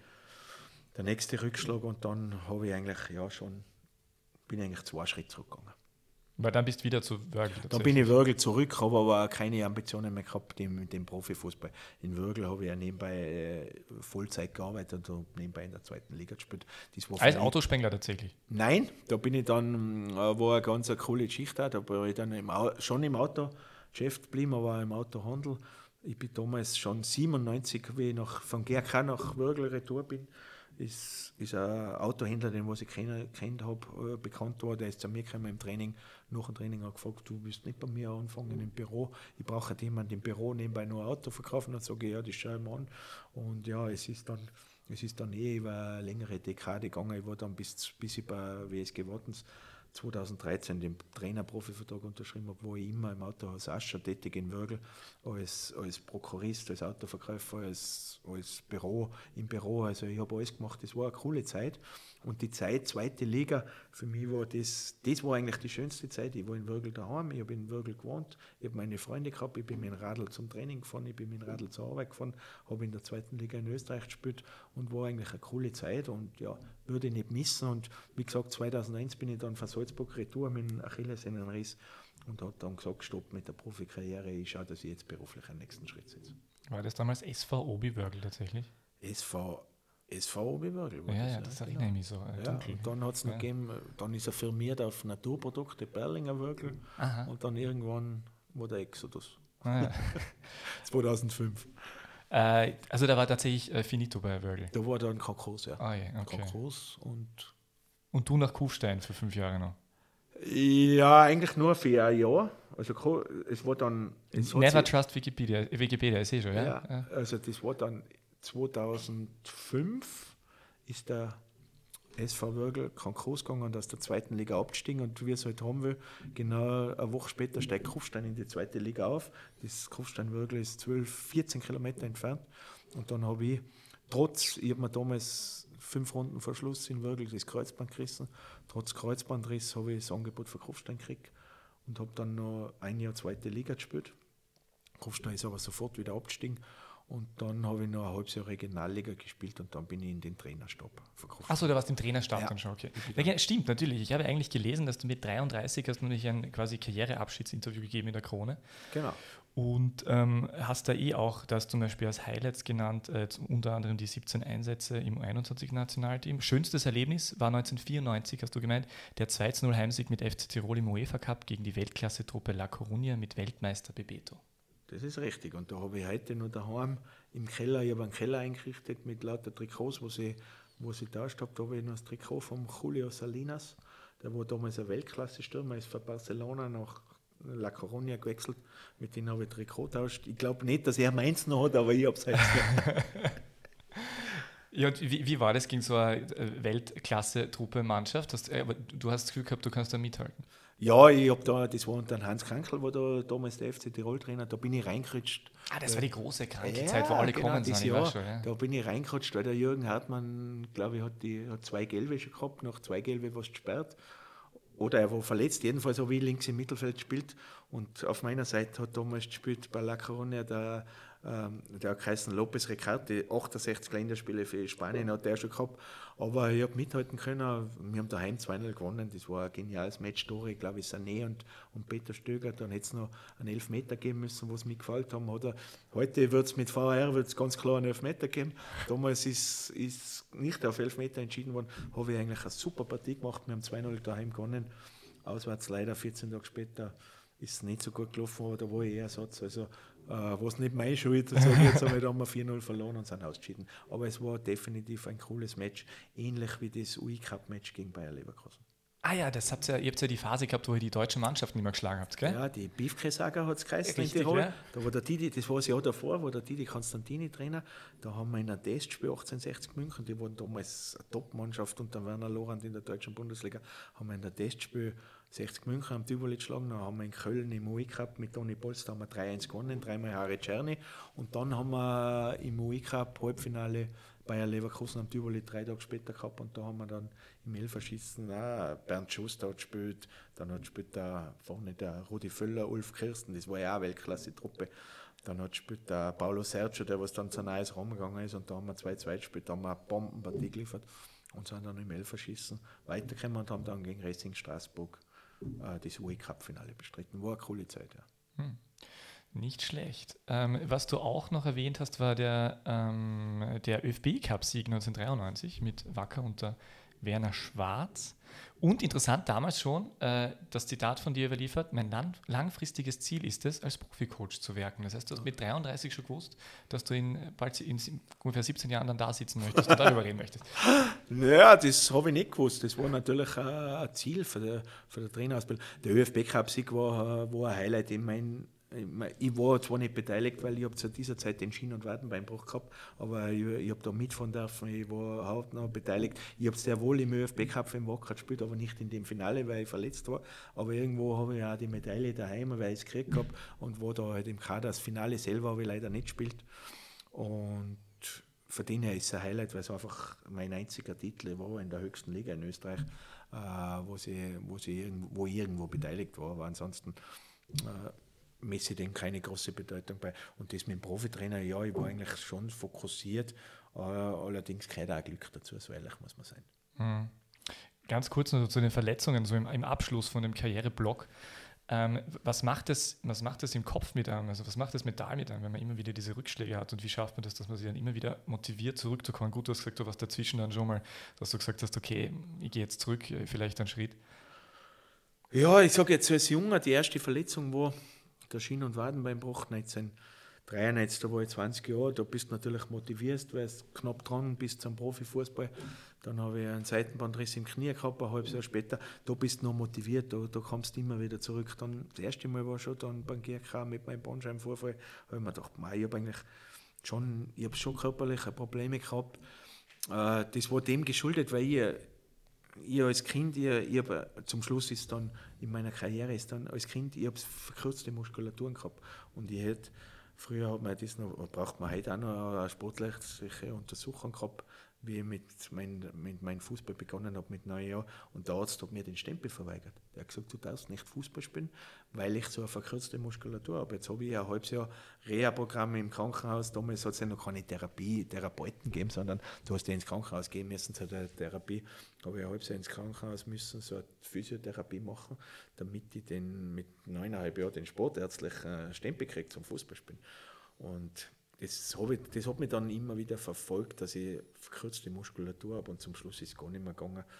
der nächste Rückschlag. Und dann habe ich eigentlich, ja, schon, bin ich eigentlich zwei Schritte zurückgegangen. Weil dann bist du wieder zu Wörgl. Dann bin ich Wörgl zurück, habe aber keine Ambitionen mehr gehabt mit dem Profifußball. In Wörgl habe ich ja nebenbei äh, Vollzeit gearbeitet und nebenbei in der zweiten Liga gespielt. Das war als Autospengler tatsächlich? Nein, da bin ich dann, äh, war eine ganz eine coole Geschichte, da war ich dann im, schon im Autogeschäft geblieben, aber auch im Autohandel. Ich bin damals schon siebenundneunzig, wie ich nach, von G R K nach Wörgl retour bin, ist, ist ein Autohändler, den was ich kennt habe, bekannt war, der ist zu mir gekommen im Training, nach dem Training hat gefragt, du willst nicht bei mir anfangen im Büro, ich brauche halt jemanden im Büro nebenbei nur ein Auto verkaufen, dann sage ich, ja, das schaue ich mir an und ja, es ist dann, es ist dann eh über eine längere Dekade gegangen, ich war dann bis, bis ich bei W S G Wattens zweitausenddreizehn den Trainer-Profivertrag unterschrieben habe, wo ich immer im Autohaus Ascher tätig in Wörgl, als, als Prokurist, als Autoverkäufer, als, als Büro, im Büro, also ich habe alles gemacht, das war eine coole Zeit und die Zeit, zweite Liga, für mich war das, das war eigentlich die schönste Zeit, ich war in Wörgl daheim, ich habe in Wörgl gewohnt, ich habe meine Freunde gehabt, ich bin mit dem Radl zum Training gefahren, ich bin mit dem Radl zur Arbeit gefahren, habe in der zweiten Liga in Österreich gespielt und war eigentlich eine coole Zeit und ja, würde ich nicht missen und wie gesagt, zweitausendeins bin ich dann von Salzburg retour mit dem Achillessehnenriss und hat dann gesagt, stopp mit der Profikarriere, ich schaue, dass ich jetzt beruflich einen nächsten Schritt setze. War das damals S V Obi Wörgl tatsächlich? S V, S V Obi Wörgl. Ja, ja, das erinnere ich mich so. Äh, ja, und dann hat es noch ja. gegeben, dann ist er firmiert auf Naturprodukte, Berlinger Wörgl und dann irgendwann war der Exodus. Ah, ja. zweitausendfünf. Äh, also da war tatsächlich äh, finito bei Wörgl. Da war dann Kakos, ja. Ah, ja, okay. Kakos und... Und du nach Kufstein für fünf Jahre noch? Ja, eigentlich nur für ein Jahr. Also es war dann... Es Never trust Wikipedia. Wikipedia ist eh schon, ja? Ja, ja? Also das war dann zweitausendfünf ist der S V Wörgl Kakos gegangen und aus der zweiten Liga abgestiegen und wie es halt haben will, genau eine Woche später steigt Kufstein in die zweite Liga auf. Das Kufstein-Wörgl ist zwölf, vierzehn Kilometer entfernt und dann habe ich trotz, ich habe mir damals fünf Runden vor Schluss in Wörgl das Kreuzband gerissen, trotz Kreuzbandriss habe ich das Angebot für Kufstein gekriegt und habe dann noch ein Jahr zweite Liga gespielt. Kufstein ist aber sofort wieder abgestiegen. Und dann habe ich noch ein halbes Jahr Regionalliga gespielt und dann bin ich in den Trainerstab verkauft. Achso, du warst im Trainerstab ja. dann schon, okay. Ja, stimmt, natürlich. Ich habe eigentlich gelesen, dass du mit dreiunddreißig hast du nämlich ein quasi Karriereabschiedsinterview gegeben in der Krone. Genau. Und ähm, hast da eh auch, das zum Beispiel als Highlights genannt, äh, unter anderem die siebzehn Einsätze im U einundzwanzig-Nationalteam. Schönstes Erlebnis war neunzehnhundertvierundneunzig, hast du gemeint, der zwei zu null Heimsieg mit F C Tirol im UEFA Cup gegen die Weltklasse-Truppe La Coruña mit Weltmeister Bebeto. das ist richtig. Und da habe ich heute noch daheim im Keller, ich habe einen Keller eingerichtet mit lauter Trikots, wo ich, wo ich tauscht habe. Da habe ich noch das Trikot von Julio Salinas, der war damals ein Weltklasse-Stürmer, ist von Barcelona nach La Coruña gewechselt. Mit dem habe ich Trikot tauscht. Ich glaube nicht, dass er meins noch hat, aber ich habe es halt noch. Ja, und wie, wie war das gegen so eine Weltklasse-Truppe-Mannschaft? Hast, äh, du hast das Gefühl gehabt, du kannst da mithalten. Ja, ich habe da, das war unter Hans Krankel, war da damals der F C Tirol-Trainer, da bin ich reingerutscht. Ah, das war die große kranke Ja, Zeit, wo alle genau, kommen das sind. Ich Jahr, weiß schon, ja. Da bin ich reingerutscht, weil der Jürgen Hartmann, glaube ich, hat, die, hat zwei Gelbe schon gehabt, nach zwei Gelbe was gesperrt. Oder er war verletzt, jedenfalls habe ich links im Mittelfeld gespielt. Und auf meiner Seite hat damals gespielt bei La Coruña der, ähm, der geheißen López Recarte, achtundsechzig Länderspiele für Spanien hat der schon gehabt. Aber ich habe mithalten können. Wir haben daheim zwei null gewonnen. Das war ein geniales Match. Tore, glaube ich, Sané und, und Peter Stöger. Dann hätte es noch einen Elfmeter geben müssen, was mir gefallen haben. Oder heute wird es mit V A R wird's ganz klar einen Elfmeter geben. Damals ist, ist nicht auf Elfmeter entschieden worden. Habe ich eigentlich eine super Partie gemacht. Wir haben zwei null daheim gewonnen. Auswärts leider vierzehn Tage später ist es nicht so gut gelaufen, aber da war ich eher Ersatz. Also, äh, was nicht meine Schuld, sage ich jetzt einmal, da haben wir vier null verloren und sind ausgeschieden. Aber es war definitiv ein cooles Match, ähnlich wie das U I-Cup-Match gegen Bayer Leverkusen. Ah ja, das habt ihr, ihr habt ja die Phase gehabt, wo ihr die deutsche Mannschaft nicht mehr geschlagen habt, gell? Ja, die Beefke-Saga hat es geheißen in Richtig, Tirol. ja. Da war der Didi, das war das Jahr davor, war der Didi Konstantini Trainer. Da haben wir in einem Testspiel achtzehnhundertsechzig München, die waren damals eine Top-Mannschaft unter Werner Lorand in der deutschen Bundesliga, haben wir in der Testspiel sechzig München am Tivoli geschlagen, dann haben wir in Köln im U I-Cup mit Toni Polster haben wir drei eins gewonnen, dreimal Harry Czerny und dann haben wir im U I-Cup Halbfinale Bayer Leverkusen am Tivoli drei Tage später gehabt und da haben wir dann im Elferschießen auch Bernd Schuster hat gespielt, dann hat gespielt der, vorne der Rudi Völler, Ulf Kirsten, das war ja auch eine Weltklasse-Truppe. Dann hat gespielt der Paulo Sergio, der was dann zu Neues rumgegangen ist und da haben wir zwei zwei gespielt, da haben wir eine Bombenpartie geliefert und sind dann im Elferschießen weitergekommen und haben dann gegen Racing Straßburg äh, das U E-Cup-Finale bestritten. War eine coole Zeit, ja. Hm. Nicht schlecht. Ähm, was du auch noch erwähnt hast, war der, ähm, der ÖFB-Cup-Sieg neunzehnhundertdreiundneunzig mit Wacker unter Werner Schwarz. Und interessant damals schon, äh, das Zitat von dir überliefert, mein lang- langfristiges Ziel ist es, als Profi-Coach zu wirken. Das heißt, du hast mit dreiunddreißig schon gewusst, dass du in bald in ungefähr siebzehn Jahren dann da sitzen möchtest und darüber reden möchtest. Naja, das habe ich nicht gewusst. Das war natürlich ein Ziel für die, für die Trainerausbildung. Der ÖFB-Cup-Sieg war, war ein Highlight in meinem. Ich war zwar nicht beteiligt, weil ich habe zu dieser Zeit den Schien- und Wadenbeinbruch gehabt, aber ich, ich habe da mitfahren dürfen, ich war hauptnah beteiligt. Ich habe sehr wohl im ÖFB-Cup im Wacker gespielt, aber nicht in dem Finale, weil ich verletzt war. Aber irgendwo habe ich auch die Medaille daheim, weil ich es gekriegt habe und war da halt im Kader. Das Finale selber habe ich leider nicht gespielt. Und für den her ist es ein Highlight, weil es einfach mein einziger Titel war in der höchsten Liga in Österreich, äh, wo, sie, wo, sie irgendwo, wo ich irgendwo beteiligt war. Aber ansonsten äh, messe dem keine große Bedeutung bei. Und das mit dem Profitrainer, ja, ich war eigentlich schon fokussiert, äh, allerdings gehört auch Glück dazu, so ehrlich muss man sein. Mhm. Ganz kurz noch zu den Verletzungen, so im, im Abschluss von dem Karriereblock. Ähm, was macht das, was macht das im Kopf mit einem? Also was macht das mental mit einem, wenn man immer wieder diese Rückschläge hat? Und wie schafft man das, dass man sich dann immer wieder motiviert zurückzukommen? Gut, du hast gesagt, du warst dazwischen dann schon mal, dass du gesagt hast, okay, ich gehe jetzt zurück, vielleicht einen Schritt. Ja, ich sage jetzt als Junger, die erste Verletzung war der Schien- und Wadenbeinbruch neunzehnhundertdreiundneunzig, da war ich zwanzig Jahre, da bist du natürlich motiviert, weil du knapp dran bist zum Profifußball. Dann habe ich einen Seitenbandriss im Knie gehabt, ein halbes Jahr später, da bist du noch motiviert, da, da kommst du immer wieder zurück. Dann, das erste Mal war schon dann beim G R K mit meinem Bandscheibenvorfall, habe ich mir gedacht, mei, ich habe eigentlich schon, ich habe schon körperliche Probleme gehabt. Äh, das war dem geschuldet, weil ich Ich als Kind, ich, ich habe zum Schluss ist dann in meiner Karriere ist dann als Kind, ich habe verkürzte Muskulaturen gehabt und ich hätte, früher hat man das noch, braucht man heute auch noch eine sportliche Untersuchung gehabt, wie ich mit meinem mit mein Fußball begonnen habe mit neun Jahren und der Arzt hat mir den Stempel verweigert. Der hat gesagt, du darfst nicht Fußball spielen, weil ich so eine verkürzte Muskulatur habe. Jetzt habe ich ein halbes Jahr Reha-Programm im Krankenhaus, damals hat es ja noch keine Therapie, Therapeuten gegeben, sondern du hast ja ins Krankenhaus gehen müssen zu der Therapie. Da habe ich ein halbes Jahr ins Krankenhaus müssen, so eine Physiotherapie machen, damit ich den, mit neuneinhalb Jahren den sportärztlichen Stempel kriege zum Fußballspielen. Und Das, ich, das hat mich dann immer wieder verfolgt, dass ich verkürzte Muskulatur habe und zum Schluss ist es gar nicht mehr gegangen.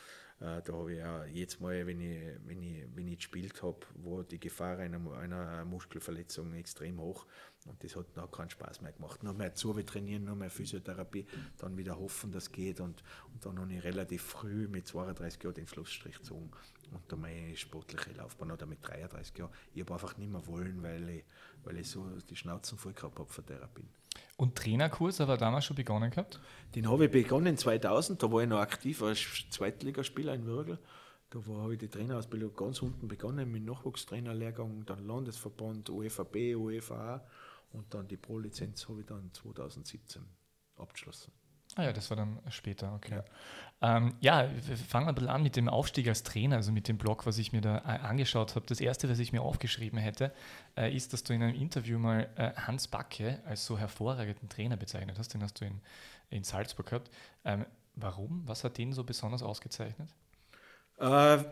Äh, da habe ich auch jedes Mal, wenn ich, wenn ich, wenn ich gespielt habe, war die Gefahr einer, einer Muskelverletzung extrem hoch. Und das hat noch keinen Spaß mehr gemacht. Noch mehr zu trainieren, noch mehr Physiotherapie, dann wieder hoffen, dass es geht. Und, und dann habe ich relativ früh mit zweiunddreißig Jahren den Schlussstrich gezogen. Und da meine sportliche Laufbahn oder mit dreiunddreißig Jahren. Ich habe einfach nicht mehr wollen, weil ich, weil ich so die Schnauzen voll gehabt habe von Therapien. Und Trainerkurs, aber damals schon begonnen gehabt? Den habe ich begonnen zweitausend, da war ich noch aktiv als Zweitligaspieler in Würgl. Da habe ich die Trainerausbildung ganz unten begonnen mit Nachwuchstrainerlehrgang, dann Landesverband, U E V B, U E V A und dann die Pro-Lizenz habe ich dann zweitausendsiebzehn abgeschlossen. Ah ja, das war dann später, okay. Ja, ähm, ja wir fangen ein bisschen an mit dem Aufstieg als Trainer, also mit dem Blog, was ich mir da äh, angeschaut habe. Das Erste, was ich mir aufgeschrieben hätte, äh, ist, dass du in einem Interview mal äh, Hans Backe als so hervorragenden Trainer bezeichnet hast. Den hast du in, in Salzburg gehabt. Ähm, warum? Was hat den so besonders ausgezeichnet? Äh,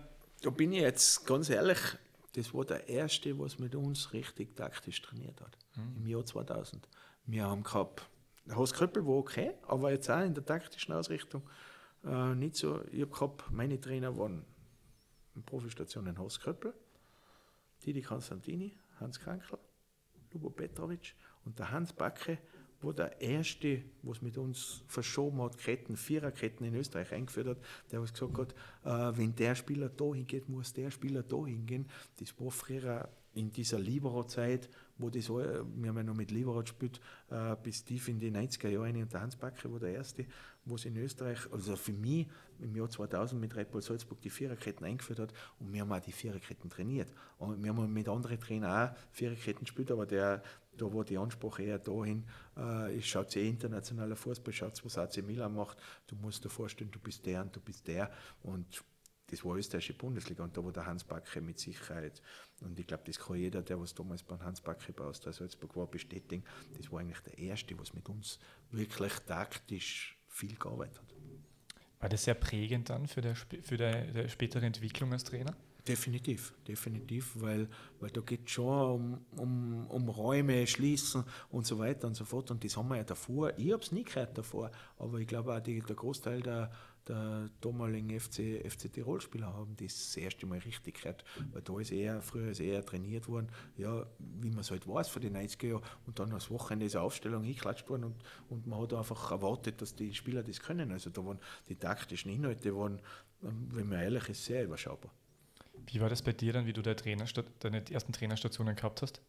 da bin ich jetzt ganz ehrlich, das war der Erste, was mit uns richtig taktisch trainiert hat, mhm. im Jahr zweitausend. Wir haben gehabt, der Horst Köppel war okay, aber jetzt auch in der taktischen Ausrichtung äh, nicht so. Ich habe gehabt, meine Trainer waren in Profistationen Horst Köppel, Didi Konstantini, Hans Krankl, Lubo Petrovic und der Hans Backe war der Erste, was mit uns verschoben hat, Ketten, Viererketten in Österreich eingeführt hat, der was gesagt hat, äh, wenn der Spieler da hingeht, muss der Spieler da hingehen. Das war früher in dieser Libero-Zeit, wo das all, wir haben ja noch mit Libero gespielt, äh, bis tief in die neunziger Jahre rein, und der Hans Backe war der Erste, was in Österreich, also für mich im Jahr zweitausend mit Red Bull Salzburg die Viererketten eingeführt hat, und wir haben auch die Viererketten trainiert. Und wir haben mit anderen Trainern auch Viererketten gespielt, aber der, da war die Ansprache eher dahin, äh, es schaut eh internationaler Fußball, schaut, was A C Milan macht, du musst dir vorstellen, du bist der und du bist der, und das war österreichische Bundesliga, und da war der Hans Backe mit Sicherheit, und ich glaube, das kann jeder, der was damals beim Hans Backe bei Austria Salzburg war, bestätigen, das war eigentlich der Erste, was mit uns wirklich taktisch viel gearbeitet hat. War das sehr prägend dann für die für der, der spätere Entwicklung als Trainer? Definitiv, definitiv, weil, weil da geht es schon um, um, um Räume schließen und so weiter und so fort, und das haben wir ja davor, ich habe es nie gehört davor, aber ich glaube auch die, der Großteil der, der damaligen F C, F C Tirol-Spieler haben das, das erste Mal richtig gehört, weil da ist eher, früher ist eher trainiert worden, ja, wie man es halt weiß von den neunziger Jahren, und dann als Wochenende ist eine Aufstellung hingeklatscht worden, und, und man hat einfach erwartet, dass die Spieler das können, also da waren die taktischen Inhalte, waren, wenn man ehrlich ist, sehr überschaubar. Wie war das bei dir dann, wie du deine, deine ersten Trainerstationen gehabt hast?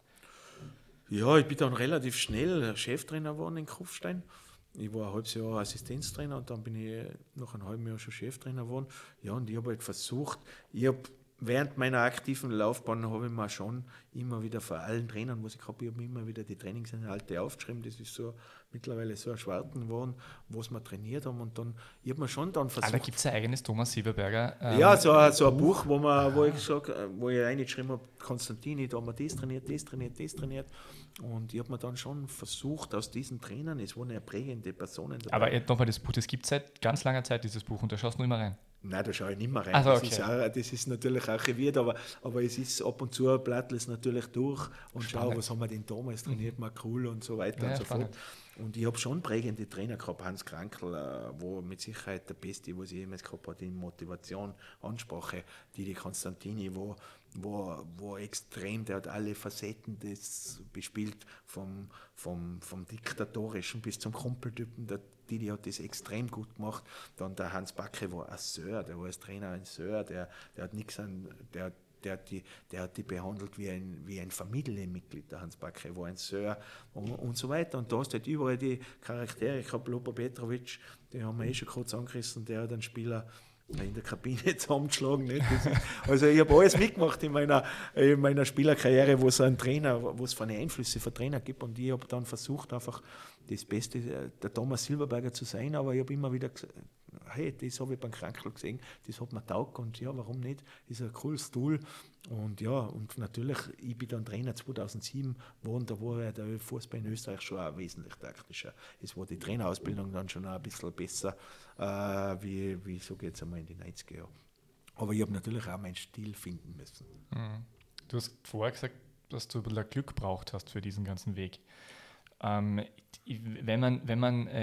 Ja, ich bin dann relativ schnell Cheftrainer geworden in Kufstein. Ich war ein halbes Jahr Assistenztrainer, und dann bin ich nach einem halben Jahr schon Cheftrainer geworden. Ja, und ich habe halt versucht, ich habe während meiner aktiven Laufbahn habe ich mir schon immer wieder von allen Trainern, was ich habe, ich habe immer wieder die Trainingsinhalte aufgeschrieben. Das ist so mittlerweile so ein Schwarten geworden, was wir trainiert haben, und dann, ich habe mir schon dann versucht... Ah, da gibt es ein eigenes Thomas Sieberberger. Ähm, ja, so ein, so ein Buch, wo, man, wo, ich sag, wo ich reingeschrieben habe, Konstantini, da haben wir das trainiert, das trainiert, das trainiert, und ich habe mir dann schon versucht, aus diesen Trainern, es waren ja prägende Personen dabei. Aber nochmal, das Buch, das gibt es seit ganz langer Zeit, dieses Buch, und da schaust du immer rein. Nein, da schaue ich nicht mehr rein. Also, das, okay. ist auch, das ist natürlich archiviert, aber, aber es ist ab und zu, blättert es natürlich durch und schaue, was haben wir denn damals trainiert, mhm. mal cool und so weiter ja, und so spannend. fort. Und ich habe schon prägende Trainer gehabt, Hans Krankl, wo mit Sicherheit der Beste, was ich jemals gehabt habe, in Motivation, Ansprache, die die Konstantini, wo, wo, wo extrem, der hat alle Facetten des bespielt, vom, vom, vom Diktatorischen bis zum Kumpeltypen, der Didi hat das extrem gut gemacht. Dann der Hans Backe war ein Sir, der war als Trainer ein Sir, der, der hat nichts an, der, der, hat die, der hat die behandelt wie ein, wie ein Familienmitglied, der Hans Backe war ein Sir und, und so weiter. Und da hast du halt überall die Charaktere. Ich habe Lubo Petrovic, den haben wir eh schon kurz angerissen, der hat einen Spieler in der Kabine zusammengeschlagen. Nicht? Ist, also ich habe alles mitgemacht in meiner, in meiner Spielerkarriere, wo es einen Trainer, wo es eine Einflüsse für Trainer gibt, und ich habe dann versucht, einfach das Beste, der Thomas Silberberger zu sein, aber ich habe immer wieder gesagt, hey, das habe ich beim Krankl gesehen, das hat mir taugt, und ja, warum nicht, ist ein cooles Tool. Und ja, und natürlich, ich bin dann Trainer zweitausendsieben geworden, da war ja der Fußball in Österreich schon auch wesentlich taktischer. Es war die Trainerausbildung dann schon auch ein bisschen besser, äh, wie, wie so geht es einmal in die neunziger Jahre. Aber ich habe natürlich auch meinen Stil finden müssen. Mhm. Du hast vorher gesagt, dass du ein bisschen Glück gebraucht hast für diesen ganzen Weg. Ähm, wenn man, wenn man äh,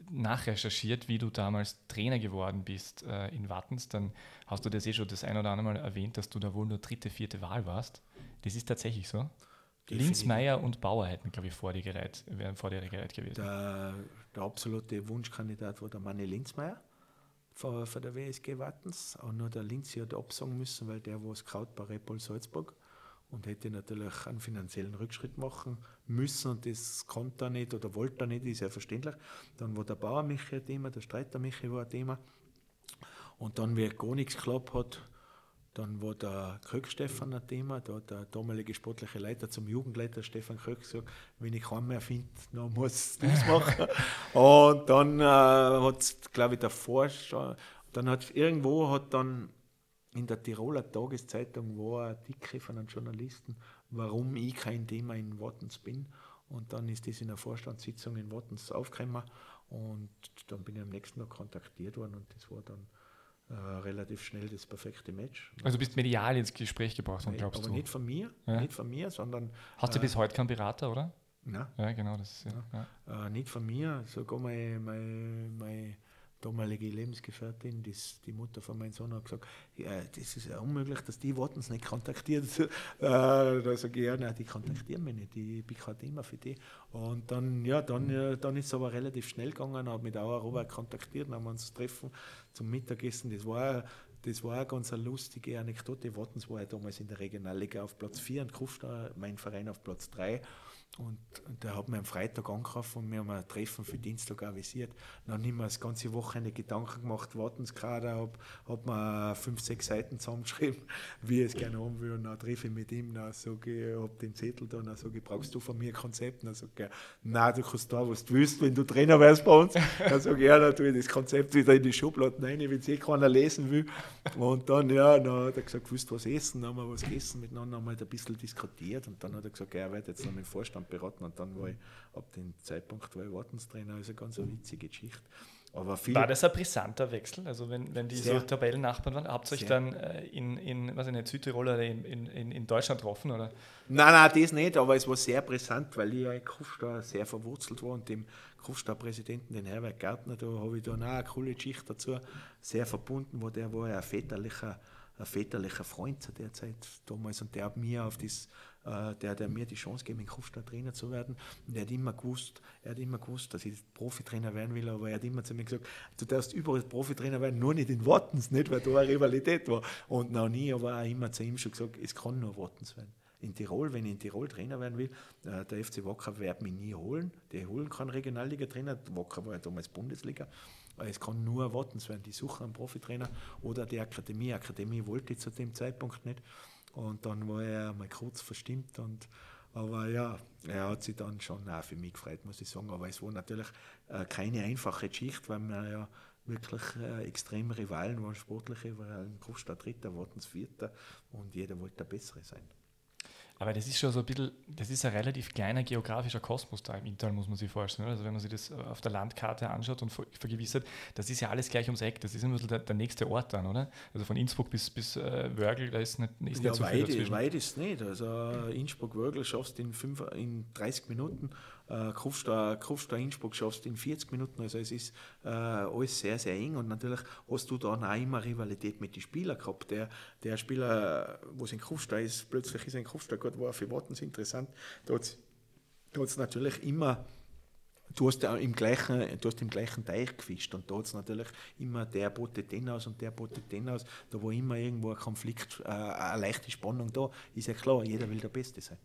nachrecherchiert, wie du damals Trainer geworden bist äh, in Wattens. Dann hast du das eh schon das ein oder andere Mal erwähnt, dass du da wohl nur dritte, vierte Wahl warst. Das ist tatsächlich so. Definitiv. Linzmeier und Bauer hätten, glaube ich, vor dir gereiht, wären vor dir gereiht gewesen. Der, der absolute Wunschkandidat war der Manni Linzmeier von, von der W S G Wattens. Und nur der Linzi hat absagen müssen, weil der war Scout bei Red Bull Salzburg und hätte natürlich einen finanziellen Rückschritt machen müssen und das konnte er nicht oder wollte er nicht, ist ja verständlich. Dann war der Bauer Michi ein Thema, der Streiter Michi war ein Thema. Und dann, wie gar nichts geklappt hat, dann war der Kröck Stefan ein Thema, da hat der damalige sportliche Leiter zum Jugendleiter Stefan Kröck gesagt, wenn ich keinen mehr finde, dann muss ich das machen. Und dann äh, hat es, glaube ich, davor schon, dann hat irgendwo hat dann in der Tiroler Tageszeitung war ein Artikel von einem Journalisten, warum ich kein Thema in Wattens bin. Und dann ist das in einer Vorstandssitzung in Wattens aufgekommen und dann bin ich am nächsten Tag kontaktiert worden und das war dann Uh, relativ schnell das perfekte Match. Also du bist medial ins Gespräch gebracht, Nein, glaubst aber du? nicht von mir, ja. nicht von mir, sondern... Hast du äh, bis heute keinen Berater, oder? Nein. Ja, genau. Das ist, ja. Ja. Äh, nicht von mir, sogar meine, meine, meine damalige Lebensgefährtin, das, die Mutter von meinem Sohn, hat gesagt, ja, das ist ja unmöglich, dass die Wattens nicht kontaktiert. äh, da sage ich, ja, nein, die kontaktieren mich nicht, ich bin kein Thema für die. Und dann, ja, dann, ja, dann ist es aber relativ schnell gegangen, habe mich auch Robert kontaktiert, dann haben wir uns treffen zum Mittagessen, das war Das war eine ganz eine lustige Anekdote. Wattens war ja damals in der Regionalliga auf Platz vier und Kufstein, mein Verein, auf Platz drei. Und, und der hat mir am Freitag angerufen und wir haben ein Treffen für Dienstag avisiert. Dann habe ich mir das ganze Wochenende Gedanken gemacht, Wattenskader, habe hab mir fünf, sechs Seiten zusammengeschrieben, wie ich es gerne haben will. Und dann treffe ich mit ihm, dann sage ich, habe den Zettel da, dann sage ich, brauchst du von mir ein Konzept? Dann sagt er, nein, du kannst da, was du willst, wenn du Trainer wärst bei uns. Dann sage ich, ja, dann tue ich das Konzept wieder in die Schublade rein, wenn es eh keiner lesen will. Und dann, ja, dann hat er gesagt, willst du was essen? Dann haben wir was gegessen miteinander, haben halt ein bisschen diskutiert und dann hat er gesagt, ja, er wird jetzt noch mit dem Vorstand beraten und dann war ich, ab dem Zeitpunkt war ich Wartenstrainer, also ganz eine witzige Geschichte. Aber viele war das ein brisanter Wechsel? Also wenn, wenn die sehr, so Tabellennachbarn waren, habt ihr euch dann äh, in, in, was in Südtirol oder in, in, in Deutschland getroffen? Oder? Nein, nein, das nicht, aber es war sehr brisant, weil ich ja in Kufstein sehr verwurzelt war und dem Kufstein-Präsidenten, den Herbert Gärtner, da habe ich dann auch eine coole Geschichte dazu, sehr verbunden, wo der war ja ein väterlicher, ein väterlicher Freund zu der Zeit damals und der hat mir auf das Uh, der hat mir die Chance gegeben, in Kufstein Trainer zu werden. Und er hat immer gewusst, er hat immer gewusst, dass ich Profitrainer werden will, aber er hat immer zu mir gesagt, du darfst überall Profitrainer werden, nur nicht in Wattens, nicht, weil da eine Rivalität war. Und noch nie, aber auch immer zu ihm schon gesagt, es kann nur Wattens werden. In Tirol, wenn ich in Tirol Trainer werden will, uh, der F C Wacker wird mich nie holen. Die holen keinen Regionalliga-Trainer, Wacker war ja damals Bundesliga. Es kann nur Wattens werden, die suchen einen Profitrainer oder die Akademie. Akademie wollte ich zu dem Zeitpunkt nicht. Und dann war er mal kurz verstimmt. Und, aber ja, er hat sich dann schon auch für mich gefreut, muss ich sagen. Aber es war natürlich äh, keine einfache Geschichte, weil wir ja wirklich äh, extreme Rivalen waren, sportliche Rivalen. Kufstein Dritter, Wattens Vierter und jeder wollte der Bessere sein. Aber das ist schon so ein bisschen, das ist ein relativ kleiner geografischer Kosmos da im Inntal, muss man sich vorstellen. Also wenn man sich das auf der Landkarte anschaut und vergewissert, das ist ja alles gleich ums Eck, das ist immer so der, der nächste Ort dann, oder? Also von Innsbruck bis, bis äh, Wörgl, da ist nicht, ist ja, nicht so weit, viel dazwischen. Weit ist nicht. Also Innsbruck-Wörgl schaffst du in, fünf, in dreißig Minuten, äh, Kufstein-Innsbruck schaffst du in vierzig Minuten. Also es ist äh, alles sehr, sehr eng und natürlich hast du dann auch immer Rivalität mit den Spielern gehabt. Der, der Spieler, wo es in Kufstein ist, plötzlich ist er in Kufstein, gut, war für Wattens interessant. Da hat es natürlich immer, du hast, im gleichen, du hast im gleichen Teich gefischt und da hat es natürlich immer der botet den aus und der botet den aus. Da war immer irgendwo ein Konflikt, äh, eine leichte Spannung da. Ist ja klar, jeder will der Beste sein.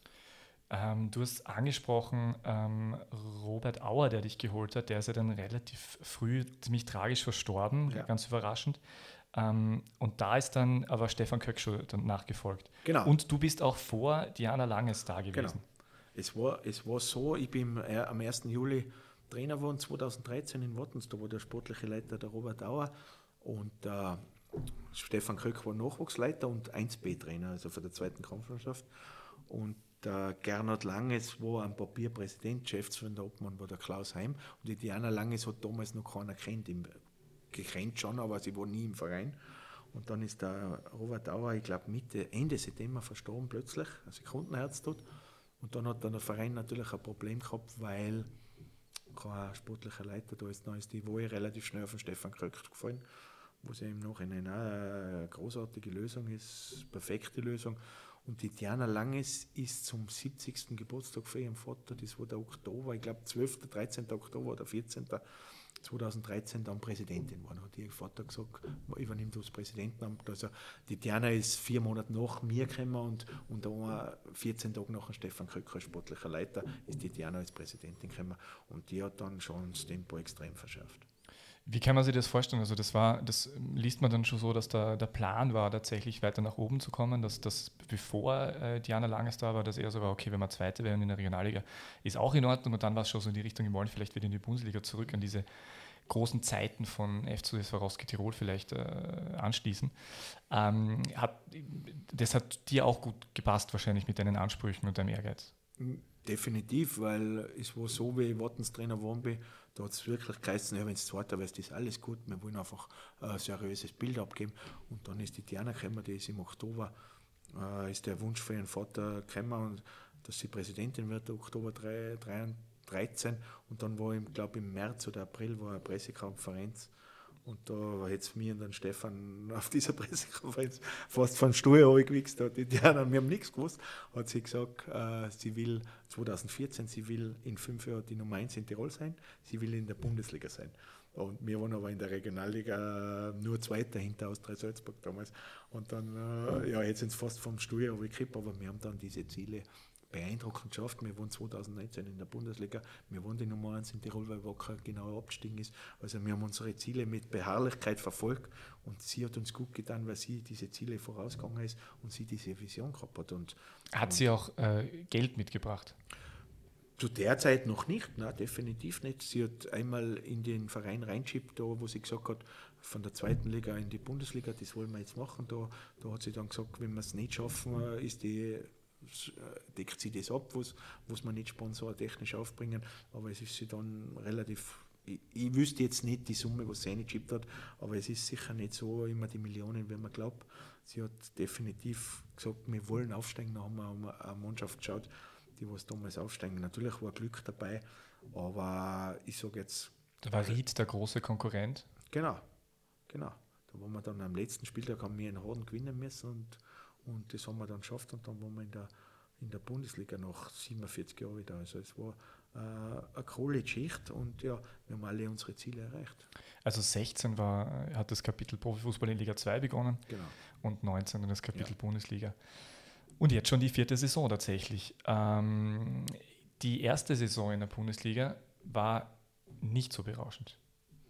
Ähm, du hast angesprochen, ähm, Robert Auer, der dich geholt hat, der ist ja dann relativ früh ziemlich tragisch verstorben, ja. Ganz überraschend. Ähm, und da ist dann aber Stefan Köck schon dann nachgefolgt. Genau. Und du bist auch vor Diana Langes da gewesen. Genau. Es war, es war so, ich bin äh, am ersten Juli Trainer geworden, zweitausenddreizehn in Wattens, da war der sportliche Leiter der Robert Auer und äh, Stefan Köck war Nachwuchsleiter und eins B Trainer, also für die zweiten Kampfmannschaft. Und der Gernot Langes war am Papier Präsident, Geschäftsführender Obmann war der Klaus Heim und die Diana Langes hat damals noch keiner kennt, gekannt schon, aber sie war nie im Verein. Und dann ist der Robert Auer, ich glaube Mitte, Ende September verstorben plötzlich, ein Sekundenherztod. Und dann hat dann der Verein natürlich ein Problem gehabt, weil kein sportlicher Leiter da ist. Dann ist die Woche relativ schnell auf den Stefan Kröck gefallen, wo sie im Nachhinein auch eine großartige Lösung ist, perfekte Lösung. Und die Diana Langes ist zum siebzigsten Geburtstag von ihrem Vater, das war der Oktober, ich glaube zwölften, dreizehnten Oktober oder vierzehnten zweitausenddreizehn dann Präsidentin geworden, hat ihr Vater gesagt, man übernimmt das Präsidentenamt. Also die Diana ist vier Monate nach mir gekommen und, und vierzehn Tage nach dem Stefan Kröck als sportlicher Leiter ist die Diana als Präsidentin gekommen und die hat dann schon das Tempo extrem verschärft. Wie kann man sich das vorstellen? Also das war, das liest man dann schon so, dass der, der Plan war, tatsächlich weiter nach oben zu kommen, dass das, bevor äh, Diana Langes da war, dass eher so war, okay, wenn wir Zweite wären in der Regionalliga, ist auch in Ordnung, und dann war es schon so in die Richtung, wir wollen vielleicht wieder in die Bundesliga zurück, an diese großen Zeiten von F C S Rostock Tirol vielleicht äh, anschließen. Ähm, hat, das hat dir auch gut gepasst wahrscheinlich mit deinen Ansprüchen und deinem Ehrgeiz? Definitiv, weil es war so, wie ich Wartenstrainer geworden bin, da hat es wirklich geheißen, ja, wenn es Zweiter wäre, ist alles gut, wir wollen einfach ein seriöses Bild abgeben. Und dann ist die Diana gekommen, die ist im Oktober, äh, ist der Wunsch für ihren Vater gekommen, und dass sie Präsidentin wird, Oktober dreizehn. Und dann war, ich glaube im März oder April war eine Pressekonferenz. Und da war jetzt mir und dann Stefan auf dieser Pressekonferenz fast von Stuhl runtergewichst. Die Diana, wir haben nichts gewusst, hat sie gesagt, äh, sie will zweitausendvierzehn, sie will in fünf Jahren die Nummer eins in Tirol sein, sie will in der Bundesliga sein. Und wir waren aber in der Regionalliga nur Zweiter hinter Austria Salzburg damals. Und dann, äh, ja, jetzt sind sie fast vom Stuhl runtergekippt, aber wir haben dann diese Ziele beeindruckend geschafft. Wir waren zweitausendneunzehn in der Bundesliga, wir waren die Nummer eins in Tirol, weil Wacker genau abgestiegen ist. Also wir haben unsere Ziele mit Beharrlichkeit verfolgt und sie hat uns gut getan, weil sie diese Ziele vorausgegangen ist und sie diese Vision gehabt hat. Und, hat und sie auch äh, Geld mitgebracht? Zu der Zeit noch nicht, nein, definitiv nicht. Sie hat einmal in den Verein reinschippt, da wo sie gesagt hat, von der zweiten Liga in die Bundesliga, das wollen wir jetzt machen. Da, da hat sie dann gesagt, wenn wir es nicht schaffen, ist die deckt sie das ab, was, was wir nicht sponsortechnisch aufbringen, aber es ist sie dann relativ, ich, ich wüsste jetzt nicht die Summe, was sie reingechippt hat, aber es ist sicher nicht so immer die Millionen, wie man glaubt. Sie hat definitiv gesagt, wir wollen aufsteigen, da haben wir um eine Mannschaft geschaut, die was damals aufsteigen. Natürlich war Glück dabei, aber ich sage jetzt... Da war Ried der große Konkurrent? Genau, genau. Da waren wir dann am letzten Spieltag, haben wir in Horden gewinnen müssen und Und das haben wir dann geschafft und dann waren wir in der, in der Bundesliga nach siebenundvierzig Jahren wieder. Also es war äh, eine coole Geschichte und ja, wir haben alle unsere Ziele erreicht. Also sechzehn war, hat das Kapitel Profifußball in Liga zwei begonnen, genau. Und neunzehn das Kapitel ja. Bundesliga. Und jetzt schon die vierte Saison tatsächlich. Ähm, die erste Saison in der Bundesliga war nicht so berauschend.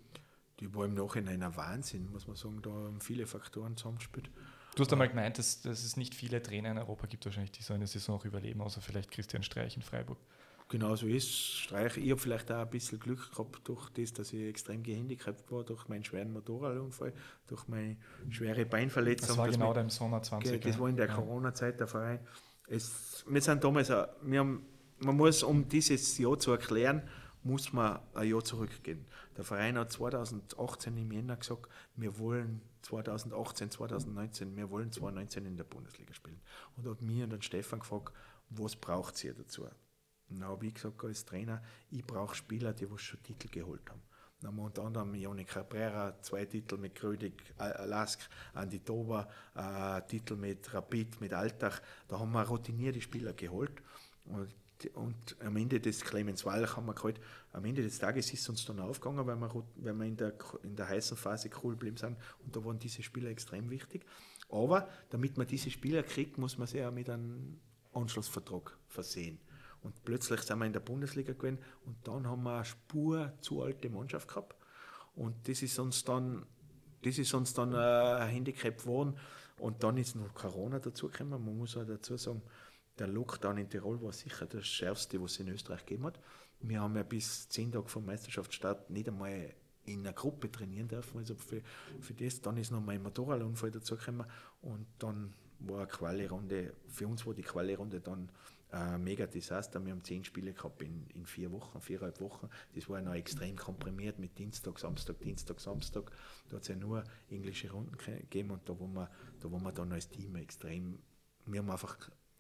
Die war im Nachhinein ein Wahnsinn, muss man sagen. Da haben viele Faktoren zusammengespielt. Du hast einmal gemeint, dass, dass es nicht viele Trainer in Europa gibt, wahrscheinlich, die so eine Saison auch überleben, außer vielleicht Christian Streich in Freiburg. Genau so ist Streich. Ich habe vielleicht auch ein bisschen Glück gehabt durch das, dass ich extrem gehandicapt war, durch meinen schweren Motorradunfall, durch meine schwere Beinverletzung. Das war genau da im Sommer zwanzig. Das war in der ja. Corona-Zeit der Verein. Es, wir sind damals, auch, wir haben, man muss, um dieses Jahr zu erklären, muss man ein Jahr zurückgehen. Der Verein hat zweitausendachtzehn im Jänner gesagt, wir wollen zweitausendachtzehn, zweitausendneunzehn, wir wollen zweitausendneunzehn in der Bundesliga spielen. Und hat mich und den Stefan gefragt, was braucht ihr dazu? Und dann habe ich gesagt als Trainer, ich brauche Spieler, die was schon Titel geholt haben. Dann haben wir unter anderem Johnny Cabrera, zwei Titel mit Grödig, Lask, Andi Tober, äh, Titel mit Rapid, mit Altach. Da haben wir routinierte Spieler geholt. Und Und am Ende des Clemens Wallach haben wir geholt, am Ende des Tages ist es uns dann aufgegangen, weil wir, weil wir in, der, in der heißen Phase cool geblieben sind und da waren diese Spieler extrem wichtig. Aber damit man diese Spieler kriegt, muss man sie auch mit einem Anschlussvertrag versehen. Und plötzlich sind wir in der Bundesliga gewesen und dann haben wir eine Spur zu alte Mannschaft gehabt. Und das ist uns dann, das ist uns dann ein Handicap geworden. Und dann ist noch Corona dazugekommen. Man muss auch dazu sagen, der Lockdown in Tirol war sicher das schärfste, was es in Österreich gegeben hat. Wir haben ja bis zehn Tage vor Meisterschaftsstart nicht einmal in einer Gruppe trainieren dürfen. Also für, für das, dann ist noch mein Motorradunfall dazugekommen und dann war eine Quali-Runde, für uns war die Quali-Runde dann ein mega Desaster. Wir haben zehn Spiele gehabt in, in vier Wochen, viereinhalb Wochen. Das war ja noch extrem komprimiert mit Dienstag, Samstag, Dienstag, Samstag. Da hat es ja nur englische Runden gegeben und da waren wir, da waren wir dann als Team extrem, wir haben einfach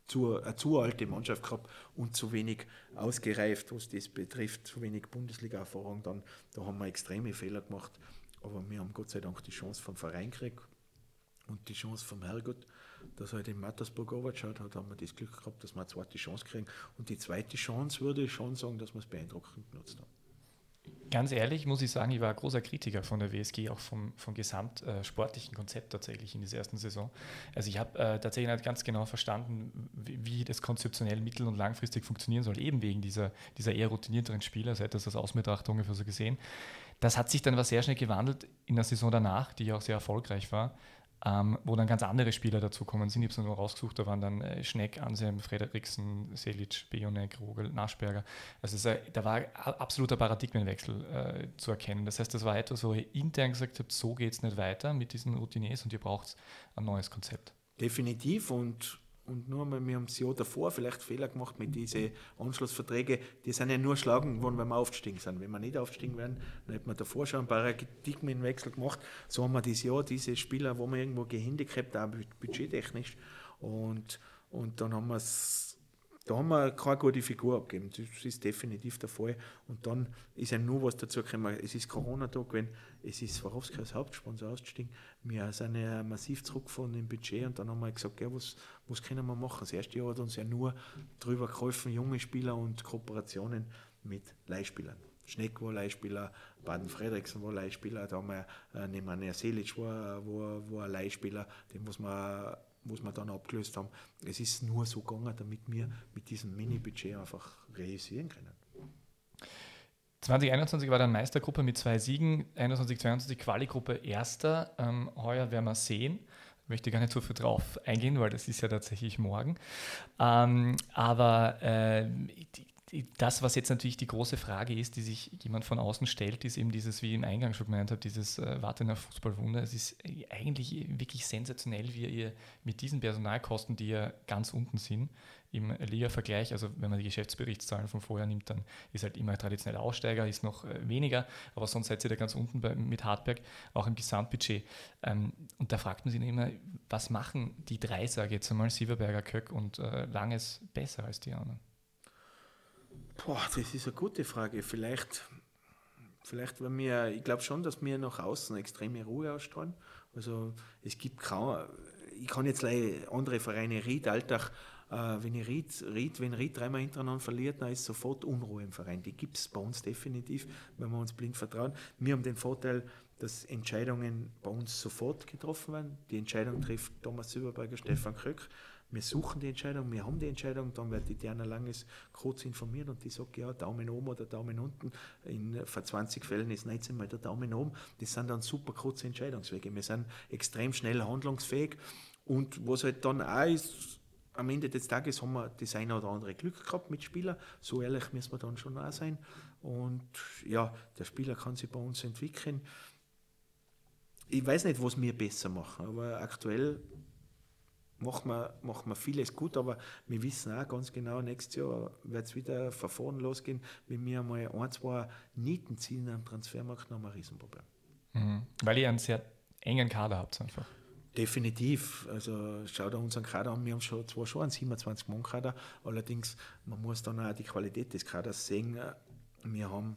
zu, eine zu alte Mannschaft gehabt und zu wenig ausgereift, was das betrifft, zu wenig Bundesliga-Erfahrung. Dann, da haben wir extreme Fehler gemacht. Aber wir haben Gott sei Dank die Chance vom Verein gekriegt und die Chance vom Herrgott, dass er halt in Mattersburg runtergeschaut hat, haben wir das Glück gehabt, dass wir eine zweite Chance kriegen. Und die zweite Chance würde ich schon sagen, dass wir es beeindruckend genutzt haben. Ganz ehrlich muss ich sagen, ich war ein großer Kritiker von der W S G, auch vom, vom gesamtsportlichen äh, Konzept tatsächlich in dieser ersten Saison. Also ich habe äh, tatsächlich nicht ganz genau verstanden, wie, wie das konzeptionell mittel- und langfristig funktionieren soll, eben wegen dieser, dieser eher routinierteren Spieler, seit das als Außenbetrachter ungefähr so gesehen. Das hat sich dann aber sehr schnell gewandelt in der Saison danach, die ja auch sehr erfolgreich war, ähm, wo dann ganz andere Spieler dazukommen sind. Ich habe es nur rausgesucht, da waren dann äh, Schneck, Ansem, Frederiksen, Selic, Bionek, Rogel, Naschberger. Also es, äh, da war absoluter Paradigmenwechsel äh, zu erkennen. Das heißt, das war etwas, wo ihr intern gesagt habt, so geht es nicht weiter mit diesen Routiniers und ihr braucht ein neues Konzept. Definitiv und Und nur mal, wir haben das Jahr davor vielleicht Fehler gemacht mit diesen Anschlussverträgen. Die sind ja nur schlagen worden, wenn wir aufgestiegen sind. Wenn wir nicht aufgestiegen wären, dann hätten wir davor schon ein Paradigmenwechsel gemacht. So haben wir dieses Jahr diese Spieler, wo wir irgendwo gehandicapt, auch budgettechnisch. Und, und dann haben wir es, da haben wir keine gute Figur abgegeben. Das ist definitiv der Fall. Und dann ist ja nur was dazu gekommen. Es ist Corona da gewesen, es ist Swarovski als Hauptsponsor ausgestiegen. Wir sind ja massiv zurückgefahren im Budget und dann haben wir gesagt, ja, was, was können wir machen? Das erste Jahr hat uns ja nur drüber geholfen, junge Spieler und Kooperationen mit Leihspielern. Schneck war Leihspieler, Baden-Frederiksen war Leihspieler, da haben wir äh, Nemanja Selic war, war, war ein Leihspieler, den muss man was wir dann abgelöst haben. Es ist nur so gegangen, damit wir mit diesem Mini-Budget einfach realisieren können. zwanzig einundzwanzig war dann Meistergruppe mit zwei Siegen, einundzwanzig zweiundzwanzig Quali-Gruppe Erster. Ähm, heuer werden wir sehen. Ich möchte gar nicht so viel drauf eingehen, weil das ist ja tatsächlich morgen. Ähm, aber äh, die, das, was jetzt natürlich die große Frage ist, die sich jemand von außen stellt, ist eben dieses, wie ich im Eingang schon gemeint habe, dieses äh, Warten auf Fußballwunder. Es ist eigentlich wirklich sensationell, wie ihr mit diesen Personalkosten, die ja ganz unten sind, im Liga-Vergleich, also wenn man die Geschäftsberichtszahlen von vorher nimmt, dann ist halt immer traditionell Aussteiger, ist noch äh, weniger, aber sonst seid ihr da ganz unten bei, mit Hartberg, auch im Gesamtbudget. Ähm, und da fragt man sich immer, was machen die drei, sage ich jetzt einmal, Sieverberger, Köck und äh, Langes besser als die anderen? Boah, das ist eine gute Frage. Vielleicht, vielleicht wenn wir, ich glaube schon, dass wir nach außen extreme Ruhe ausstrahlen. Also es gibt kaum, ich kann jetzt andere Vereine, Ried, Altach, äh, wenn ich Ried, Ried, wenn Ried dreimal hintereinander verliert, dann ist sofort Unruhe im Verein. Die gibt es bei uns definitiv, wenn wir uns blind vertrauen. Wir haben den Vorteil, dass Entscheidungen bei uns sofort getroffen werden. Die Entscheidung trifft Thomas Sieverberger, Stefan Kröck. Wir suchen die Entscheidung, wir haben die Entscheidung, dann wird die Diana Langes kurz informiert und die sagt, ja, Daumen oben oder Daumen unten. In vor zwanzig Fällen ist neunzehn Mal der Daumen oben. Das sind dann super kurze Entscheidungswege. Wir sind extrem schnell handlungsfähig und was halt dann auch ist, am Ende des Tages haben wir das eine oder andere Glück gehabt mit Spielern. So ehrlich müssen wir dann schon auch sein. Und ja, der Spieler kann sich bei uns entwickeln. Ich weiß nicht, was wir besser machen, aber aktuell machen wir, machen wir vieles gut, aber wir wissen auch ganz genau, nächstes Jahr wird es wieder von vorne losgehen. Wenn wir einmal ein, zwei Nieten ziehen am Transfermarkt, dann haben wir ein Riesenproblem. Mhm. Weil ihr einen sehr engen Kader habt einfach. Definitiv. Also schau dir unseren Kader an, wir haben schon, zwar schon einen siebenundzwanzig-Mann-Kader, allerdings man muss dann auch die Qualität des Kaders sehen. Wir haben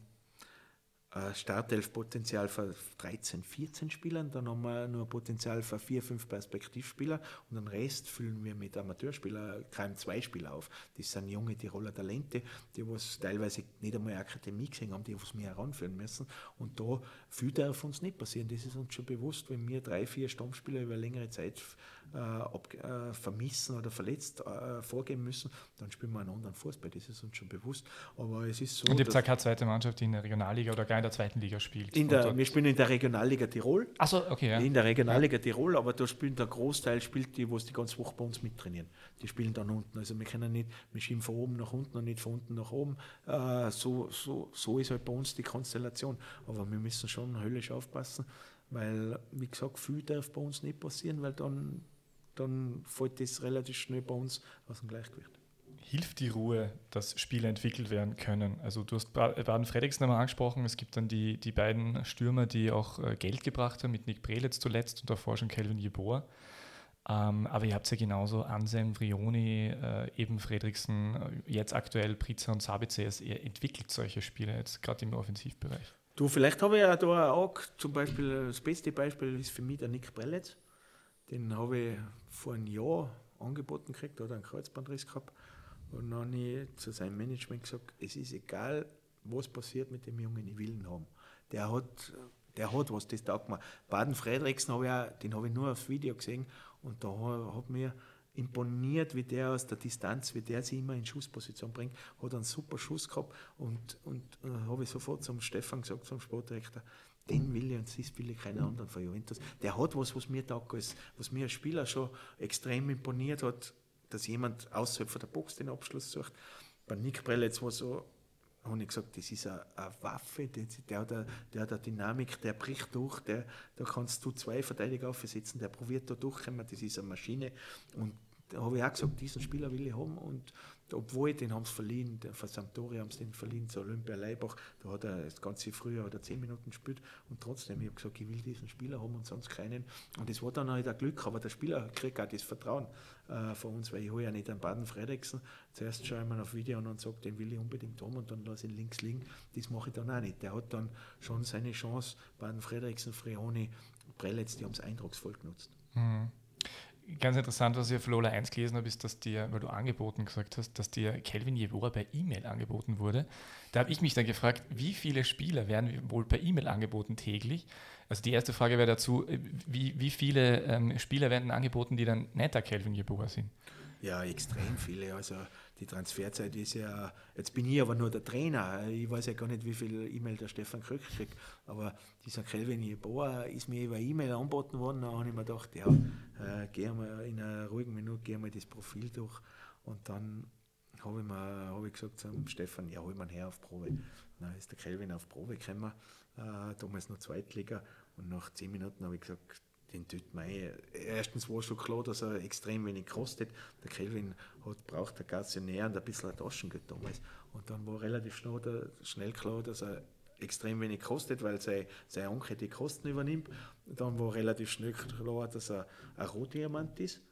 Startelf-Potenzial für dreizehn, vierzehn Spielern, dann haben wir nur Potenzial für vier, fünf Perspektivspieler und den Rest füllen wir mit Amateurspielern, K M zwei Spieler auf. Das sind junge Tiroler Talente, die was teilweise nicht einmal Akademie gesehen haben, die was wir heranführen müssen. Und da viel darf uns nicht passieren. Das ist uns schon bewusst, wenn wir drei, vier Stammspieler über längere Zeit äh, ab, äh, vermissen oder verletzt äh, vorgeben müssen, dann spielen wir einen anderen Fußball. Das ist uns schon bewusst. Aber es ist so. Und ihr habt auch keine zweite Mannschaft, die in der Regionalliga oder gar in der zweiten Liga spielt. In der, wir spielen in der Regionalliga Tirol. Achso, okay. Ja. In der Regionalliga ja. Tirol, aber da spielen der Großteil spielt die, wo es die ganze Woche bei uns mittrainieren. Die spielen dann unten. Also wir können nicht, wir schieben von oben nach unten und nicht von unten nach oben. Äh, so, so, so ist halt bei uns die Konstellation. Aber wir müssen schon höllisch aufpassen, weil, wie gesagt, viel darf bei uns nicht passieren, weil dann, dann fällt das relativ schnell bei uns aus dem Gleichgewicht. Hilft die Ruhe, dass Spiele entwickelt werden können? Also du hast Baden-Frederiksen einmal angesprochen, es gibt dann die, die beiden Stürmer, die auch äh, Geld gebracht haben, mit Nick Prelitz zuletzt und davor schon Kelvin Jeboa. Ähm, aber ihr habt ja genauso Anselm, Vrioni, äh, eben Fredriksen, äh, jetzt aktuell Prica und Sabitzer. Ihr entwickelt solche Spieler jetzt gerade im Offensivbereich. Du, vielleicht habe ich ja da auch zum Beispiel, das beste Beispiel ist für mich der Nick Prelitz. Den habe ich vor einem Jahr angeboten gekriegt, da hat er einen Kreuzbandriss gehabt. Und dann habe ich zu seinem Management gesagt, es ist egal, was passiert mit dem Jungen, ich will ihn haben. Der hat, der hat was, das taugt mir. Baden Fredriksen habe ich auch, den habe ich nur aufs Video gesehen und da hat mir imponiert, wie der aus der Distanz, wie der sich immer in Schussposition bringt, hat einen super Schuss gehabt und, und äh, habe ich sofort zum Stefan gesagt, zum Sportdirektor, den will ich und das will ich keinen anderen von Juventus. Der hat was, was mir taugt, was mir als Spieler schon extrem imponiert hat, dass jemand außerhalb von der Box den Abschluss sucht. Bei Nick Prelitz war so, habe ich gesagt, das ist eine, eine Waffe, der, der, hat eine, der hat eine Dynamik, der bricht durch, der, da kannst du zwei Verteidiger aufsetzen, der probiert da durchkommen, das ist eine Maschine. Und da habe ich auch gesagt, diesen Spieler will ich haben. Und obwohl, den haben sie verliehen, der, von Sampdoria haben sie den verliehen zu Olympia Leibach, da hat er das ganze Frühjahr hat er zehn Minuten gespielt und trotzdem, ich habe gesagt, ich will diesen Spieler haben und sonst keinen. Und das war dann halt ein Glück, aber der Spieler kriegt auch das Vertrauen äh, von uns, weil ich habe ja nicht einen Baden Fredriksen. Zuerst schaue ich mir auf Video an und sage, den will ich unbedingt haben und dann lasse ich ihn links liegen. Das mache ich dann auch nicht. Der hat dann schon seine Chance, Baden Fredriksen, Vrioni, Prelitz, die haben es eindrucksvoll genutzt. Mhm. Ganz interessant, was ich auf Lola eins gelesen habe, ist, dass dir, weil du angeboten gesagt hast, dass dir Kelvin Yebora per E-Mail angeboten wurde. Da habe ich mich dann gefragt, wie viele Spieler werden wohl per E-Mail angeboten täglich? Also die erste Frage wäre dazu, wie, wie viele ähm, Spieler werden angeboten, die dann nicht der Kelvin Yebora sind? Ja, extrem viele. Also die Transferzeit ist ja, jetzt bin ich aber nur der Trainer. Ich weiß ja gar nicht, wie viel E-Mail der Stefan Kröck kriegt. Aber dieser Kelvin Yebora ist mir über E-Mail angeboten worden. Da habe ich mir gedacht, ja, äh, gehe mal in einer ruhigen Minute, gehe mal das Profil durch. Und dann habe ich, mir, hab ich gesagt zum Stefan, ja, hol mal her auf Probe. Dann ist der Kelvin auf Probe gekommen, äh, damals noch Zweitliga. Und nach zehn Minuten habe ich gesagt, den tut man eh. Erstens war schon klar, dass er extrem wenig kostet. Der Kelvin hat, braucht der Gassionär und ein bisschen ein Taschengeld damals. Und dann war relativ schnell, der, schnell klar, dass er extrem wenig kostet, weil sein, sein Onkel die Kosten übernimmt. Dann war relativ schnell klar, dass er ein Rohdiamant ist.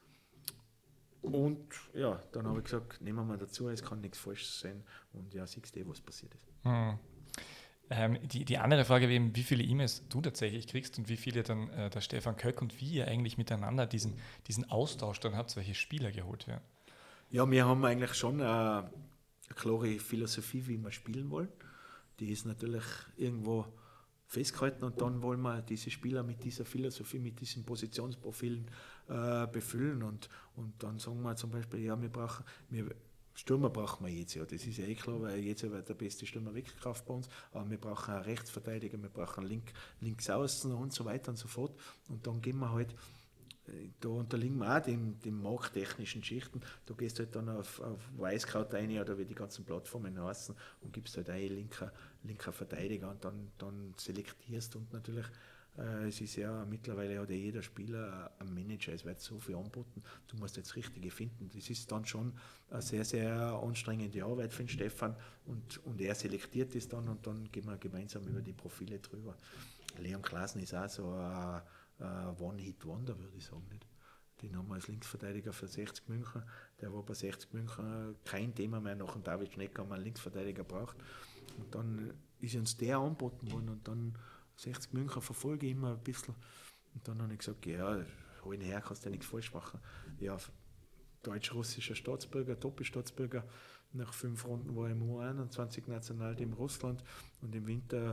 Und ja, dann habe ich gesagt, nehmen wir mal dazu, es kann nichts Falsches sein. Und ja, siehst du, was passiert ist. Hm. Ähm, die, die andere Frage wäre eben, wie viele E-Mails du tatsächlich kriegst und wie viele dann äh, der Stefan Köck und wie ihr eigentlich miteinander diesen, diesen Austausch dann habt, welche Spieler geholt werden. Ja, wir haben eigentlich schon eine, eine klare Philosophie, wie wir spielen wollen. Die ist natürlich irgendwo festgehalten und dann wollen wir diese Spieler mit dieser Philosophie, mit diesen Positionsprofilen äh, befüllen und, und dann sagen wir zum Beispiel, ja, wir brauchen, wir Stürmer brauchen wir jetzt ja, das ist ja eh klar, weil jetzt wird der beste Stürmer weggekauft bei uns, aber wir brauchen einen Rechtsverteidiger, wir brauchen Link, links außen und so weiter und so fort und dann gehen wir halt, da unterliegen wir auch dem, dem markttechnischen Schichten, da gehst du halt dann auf, auf Weißkraut rein oder wie die ganzen Plattformen heißen und gibst halt einen linker, linker Verteidiger und dann, dann selektierst und natürlich es ist ja mittlerweile hat ja jeder Spieler einen Manager, es wird so viel anboten, du musst jetzt Richtige finden. Das ist dann schon eine sehr, sehr anstrengende Arbeit für den Stefan und, und er selektiert es dann und dann gehen wir gemeinsam über die Profile drüber. Leon Klaassen ist auch so ein, ein One-Hit-Wonder, würde ich sagen. Nicht? Den haben wir als Linksverteidiger für sechzig München, der war bei sechzig München kein Thema mehr, nach dem David Schnecker haben wir einen Linksverteidiger braucht. Und dann ist uns der angeboten worden und dann sechzig München verfolge ich immer ein bisschen. Und dann habe ich gesagt, ja, hol ihn her, kannst du ja nichts falsch machen. Ja, deutsch-russischer Staatsbürger, Doppelstaatsbürger. Nach fünf Runden war er im U einundzwanzig Nationalteam Russland und im Winter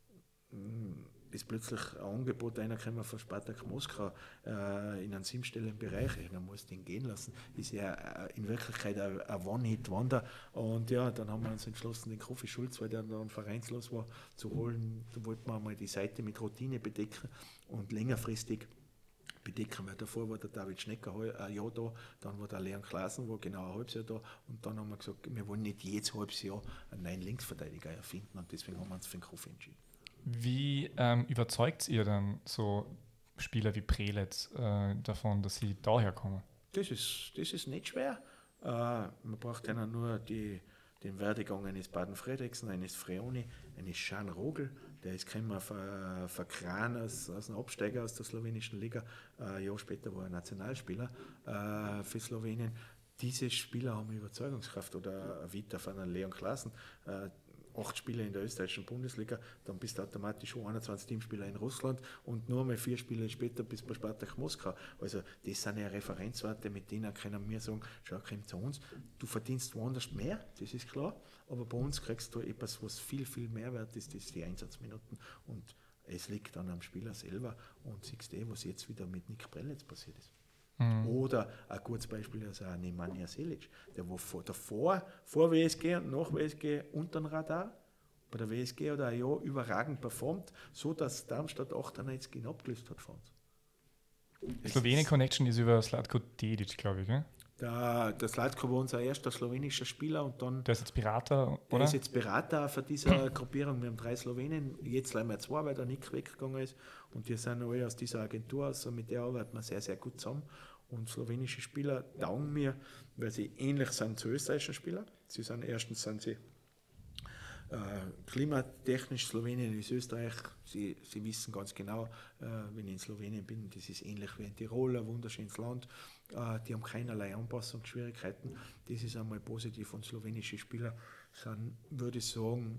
mh, ist plötzlich ein Angebot, einer kommt von Spartak Moskau äh, in einem siebenstelligen Bereich, ja, dann muss den gehen lassen. Ist ja äh, in Wirklichkeit ein, ein One-Hit-Wonder. Und ja, dann haben wir uns entschlossen, den Kofi Schulz, weil der dann vereinslos war, zu holen. Da wollten wir mal die Seite mit Routine bedecken und längerfristig bedecken, weil davor war der David Schnecker ein Jahr da, dann war der Leon Klaassen, war genau ein halbes Jahr da und dann haben wir gesagt, wir wollen nicht jedes halbes Jahr einen neuen Linksverteidiger erfinden und deswegen haben wir uns für den Kofi entschieden. Wie ähm, überzeugt ihr dann so Spieler wie Prelitz äh, davon, dass sie daher kommen? Das ist, das ist nicht schwer. Äh, man braucht ja nur die, den Werdegang eines Baden-Fredriksen, eines Freoni, eines Jan Rogel, der ist gekommen von, von Kran aus, aus dem Absteiger aus der slowenischen Liga. Ein Jahr später war er Nationalspieler äh, für Slowenien. Diese Spieler haben Überzeugungskraft. Oder Vita von Leon Klaassen, äh, acht Spiele in der österreichischen Bundesliga, dann bist du automatisch schon einundzwanzig Teamspieler in Russland und nur mal vier Spiele später bist du bei Spartak Moskau. Also das sind ja Referenzwerte, mit denen können wir sagen, schau, komm zu uns, du verdienst woanders mehr, das ist klar, aber bei uns kriegst du etwas, was viel, viel mehr wert ist, das ist die Einsatzminuten und es liegt dann am Spieler selber und siehst du, was jetzt wieder mit Nick Prelitz passiert ist. Mhm. Oder ein gutes Beispiel ist auch Nemanja Selic, der war vor, davor, vor W S G und nach W S G unter dem Radar, bei der W S G hat er ein Jahr überragend performt, so dass Darmstadt achtundneunzig ihn abgelöst hat von uns. Slowenien-Connection ist über Slatko Dedic, glaube ich, ne? Der, der Slatko war unser erster slowenischer Spieler und dann. Der ist jetzt Berater, oder? Der ist jetzt Berater für diese Gruppierung. Wir haben drei Slowenen, jetzt leider zwei, weil der Nick weggegangen ist. Und wir sind alle aus dieser Agentur, also mit der arbeiten wir sehr, sehr gut zusammen. Und slowenische Spieler taugen mir, weil sie ähnlich sind zu österreichischen Spielern. Sie sind erstens sind sie äh, klimatechnisch, Slowenien ist Österreich. Sie, sie wissen ganz genau, äh, wenn ich in Slowenien bin, das ist ähnlich wie in Tirol, ein wunderschönes Land. Äh, die haben keinerlei Anpassungsschwierigkeiten. Das ist einmal positiv. Und slowenische Spieler sind, würde ich sagen,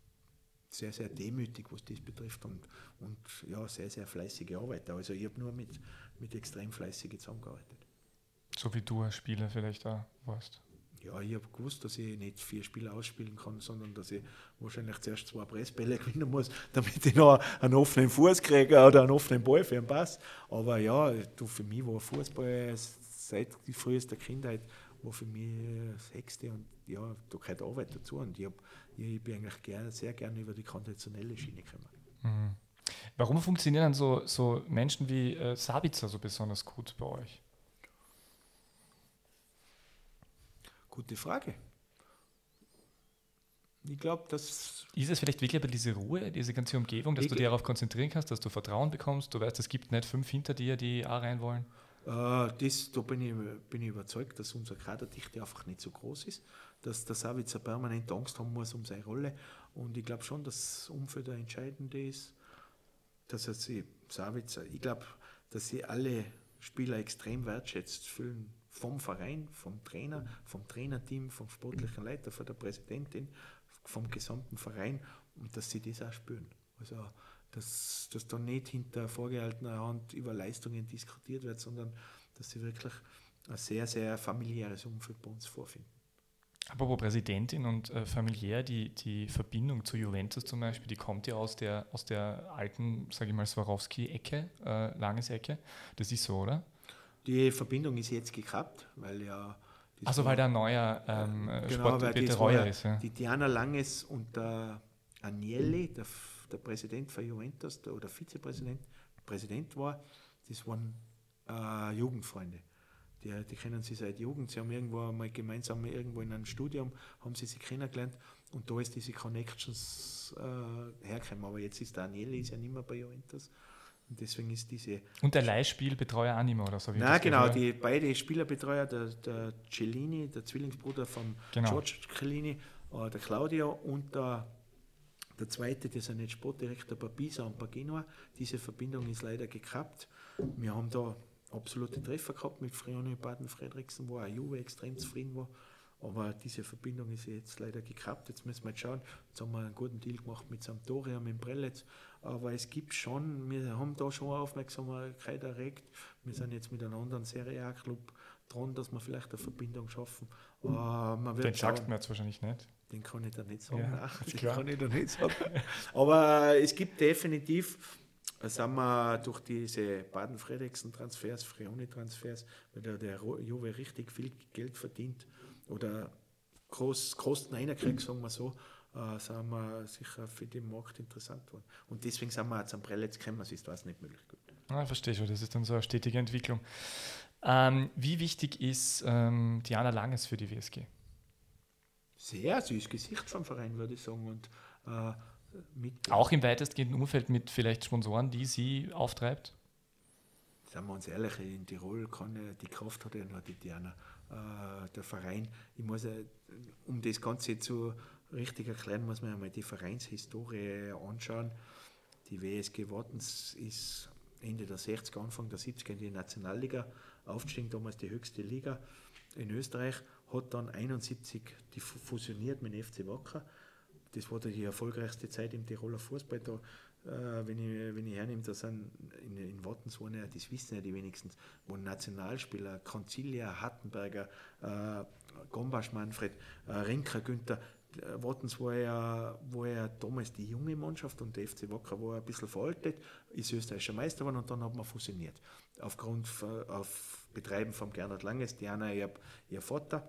sehr, sehr demütig, was das betrifft und, und ja, sehr, sehr fleißige Arbeiter. Also ich habe nur mit, mit extrem fleißigen zusammengearbeitet. So wie du als Spieler vielleicht auch warst. Ja, ich habe gewusst, dass ich nicht vier Spiele ausspielen kann, sondern dass ich wahrscheinlich zuerst zwei Pressbälle gewinnen muss, damit ich noch einen offenen Fuß kriege oder einen offenen Ball für einen Pass. Aber ja, du, für mich war Fußball seit die frühester Kindheit war für mich das Höchste und ja, da gehört Arbeit dazu und ich, hab, ich bin eigentlich gern, sehr gerne über die konventionelle Schiene gekommen. Mhm. Warum funktionieren dann so, so Menschen wie äh, Sabitzer so besonders gut bei euch? Gute Frage. Ich glaube, dass... Ist es vielleicht wirklich aber diese Ruhe, diese ganze Umgebung, dass ich du dich darauf konzentrieren kannst, dass du Vertrauen bekommst, du weißt, es gibt nicht fünf hinter dir, die auch rein wollen? Äh, das, da bin ich, bin ich überzeugt, dass unsere Kaderdichte einfach nicht so groß ist, dass der Sabitzer permanent Angst haben muss um seine Rolle und ich glaube schon, dass das Umfeld der entscheidende ist, dass er sie, Sabitzer, ich glaube, dass sie alle Spieler extrem wertschätzt fühlen, vom Verein, vom Trainer, vom Trainerteam, vom sportlichen Leiter, von der Präsidentin, vom gesamten Verein und dass sie das auch spüren. Also, dass, dass da nicht hinter vorgehaltener Hand über Leistungen diskutiert wird, sondern dass sie wirklich ein sehr, sehr familiäres Umfeld bei uns vorfinden. Apropos Präsidentin und äh, familiär, die, die Verbindung zu Juventus zum Beispiel, die kommt ja aus der, aus der alten, sage ich mal, Swarovski-Ecke, äh, Langes-Ecke. Das ist so, oder? Die Verbindung ist jetzt gekappt, weil ja... Also weil der neuer ähm, genau, Sportbetreuer ist. Ja. Die Diana Langes und der Agnelli, der, der Präsident von Juventus der, oder Vizepräsident Präsident war, das waren äh, Jugendfreunde. Die, die kennen sie seit Jugend. Sie haben irgendwo einmal gemeinsam irgendwo in einem Studium haben sie sich kennengelernt und da ist diese Connections äh, hergekommen. Aber jetzt ist der Agnelli ist ja nicht mehr bei Juventus. Und deswegen ist diese... Und der Leihspielbetreuer auch nicht mehr, oder so? Nein, genau, die beide Spielerbetreuer, der, der Cellini, der Zwillingsbruder von genau. George Cellini, äh, der Claudio und der, der zweite, der ist ja nicht Sportdirektor, bei Pisa und bei Genua. Diese Verbindung ist leider gekappt. Wir haben da absolute Treffer gehabt mit Freoni Baden-Fredriksen, wo auch Juve extrem zufrieden war. Aber diese Verbindung ist jetzt leider gekappt. Jetzt müssen wir jetzt schauen. Jetzt haben wir einen guten Deal gemacht mit Sampdoria, mit Prelitz. Aber es gibt schon, wir haben da schon Aufmerksamkeit erregt. Wir sind jetzt mit einem anderen Serie A-Club dran, dass wir vielleicht eine Verbindung schaffen. Uh, man wird den sagst du mir jetzt wahrscheinlich nicht. Den kann ich da nicht sagen. Ja, Nein, den klar. kann ich da nicht sagen. Aber es gibt definitiv, sind wir durch diese Baden-Fredriksen-Transfers, Freoni-Transfers, weil der, der Juve richtig viel Geld verdient oder groß, Kosten einkriegt, sagen wir so, äh, sind wir sicher für den Markt interessant geworden. Und deswegen sind wir jetzt am Prelitz gekommen, es ist was nicht möglich. Ah, verstehe schon, das ist dann so eine stetige Entwicklung. Ähm, wie wichtig ist ähm, Diana Langes für die W S G? Sehr, sie ist Gesicht vom Verein, würde ich sagen. Und, äh, mit auch im weitestgehenden Umfeld mit vielleicht Sponsoren, die sie auftreibt? Seien wir uns ehrlich, in Tirol kann ja, die Kraft hat ja nur die Diana. äh, der Verein. Ich muss, äh, um das Ganze zu richtig erklären, muss man einmal die Vereinshistorie anschauen. Die W S G Wattens ist Ende der sechziger, Anfang der siebziger in die Nationalliga aufgestiegen, damals die höchste Liga in Österreich, hat dann einundsiebzig die fusioniert mit dem F C Wacker. Das war die erfolgreichste Zeit im Tiroler Fußball. Da, äh, wenn, ich, wenn ich hernehme, da sind in, in Wattens waren ja, das wissen ja die wenigstens, waren Nationalspieler, Conzilia, Hattenberger, äh, Gombasch Manfred, äh, Rinker Günther. Wattens war ja, war ja damals die junge Mannschaft und der F C Wacker war ein bisschen veraltet, ist österreichischer Meister geworden und dann hat man fusioniert. Aufgrund auf Betreiben von Gernot Langes, Diana, ihr, ihr Vater.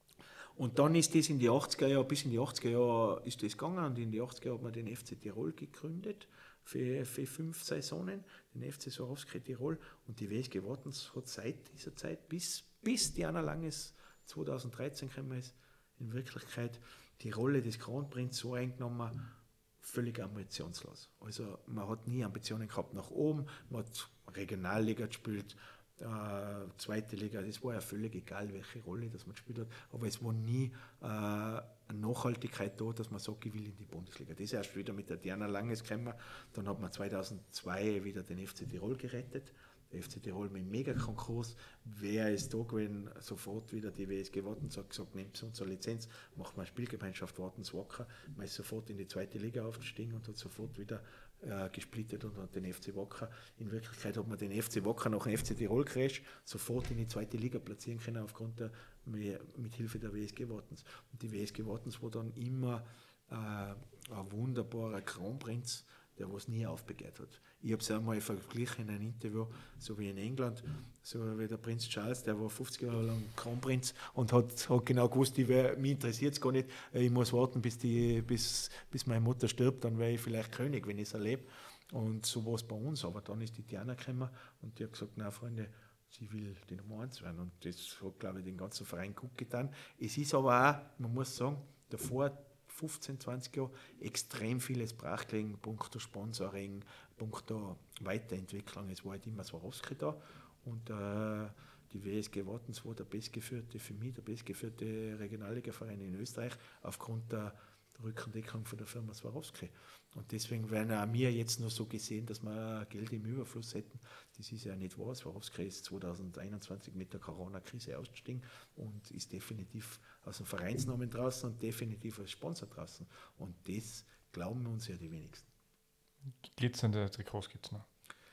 Und dann ist das in die achtziger Jahre, bis in die achtziger Jahre ist das gegangen und in die achtziger Jahre hat man den F C Tirol gegründet für, für fünf Saisonen, den F C Swarovski Tirol, und die W S G Wattens hat seit dieser Zeit bis, bis Diana Langes zweitausenddreizehn gekommen ist, in Wirklichkeit die Rolle des Kronprinz so eingenommen, völlig ambitionslos. Also man hat nie Ambitionen gehabt nach oben, man hat Regionalliga gespielt, äh, zweite Liga, das war ja völlig egal, welche Rolle das man gespielt hat, aber es war nie äh, eine Nachhaltigkeit da, dass man sagt, ich will in die Bundesliga. Das ist erst wieder mit der Diana Langes gekommen, dann hat man zweitausendzwei wieder den F C Tirol gerettet. Der F C Tirol mit einem Mega-Konkurs, wer ist da gewesen, sofort wieder die W S G Wattens hat gesagt, nehmt unsere Lizenz, macht mal Spielgemeinschaft Wattens Wacker, man ist sofort in die zweite Liga aufgestiegen und hat sofort wieder äh, gesplittet und hat den F C Wacker, in Wirklichkeit hat man den F C Wacker nach dem F C Tirol Crash sofort in die zweite Liga platzieren können, aufgrund der, mit Hilfe der W S G Wattens. Und die W S G Wattens war dann immer äh, ein wunderbarer Kronprinz, der was nie aufbegehrt hat. Ich habe es einmal verglichen in einem Interview, so wie in England, so wie der Prinz Charles, der war fünfzig Jahre lang Kronprinz und hat, hat genau gewusst, ich wär, mich interessiert es gar nicht, ich muss warten, bis, die, bis, bis meine Mutter stirbt, dann wäre ich vielleicht König, wenn ich es erlebe. Und so war es bei uns, aber dann ist die Diana gekommen und die hat gesagt, na Freunde, sie will die Nummer eins werden, und das hat, glaube ich, den ganzen Verein gut getan. Es ist aber auch, man muss sagen, davor fünfzehn, zwanzig Jahre extrem vieles brach gelegen, punkto Sponsoring, punkto Weiterentwicklung. Es war halt immer Swarovski da und äh, die W S G Wattens war der bestgeführte, für mich der bestgeführte Regionalligaverein in Österreich aufgrund der Rückendeckung von der Firma Swarovski. Und deswegen werden auch wir jetzt nur so gesehen, dass wir Geld im Überfluss hätten. Das ist ja nicht wahr. Swarovski ist zweitausendeinundzwanzig mit der Corona-Krise ausgestiegen und ist definitiv aus dem Vereinsnamen draußen und definitiv als Sponsor draußen. Und das glauben uns ja die wenigsten. Glitzernde Trikots gibt es noch.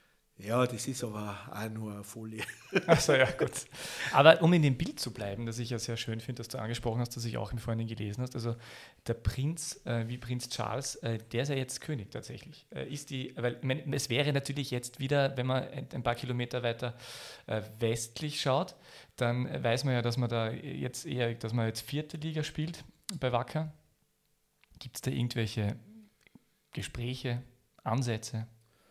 Ja, das ist aber auch nur eine Folie. Achso, ja, gut. Aber um in dem Bild zu bleiben, das ich ja sehr schön finde, dass du angesprochen hast, dass ich auch im Vorhinein gelesen hast, also der Prinz, äh, wie Prinz Charles, äh, der ist ja jetzt König tatsächlich. Äh, ist die, weil ich mein, es wäre natürlich jetzt wieder, wenn man ein, ein paar Kilometer weiter äh, westlich schaut, dann weiß man ja, dass man da jetzt eher, dass man jetzt vierte Liga spielt bei Wacker. Gibt es da irgendwelche Gespräche, Ansätze?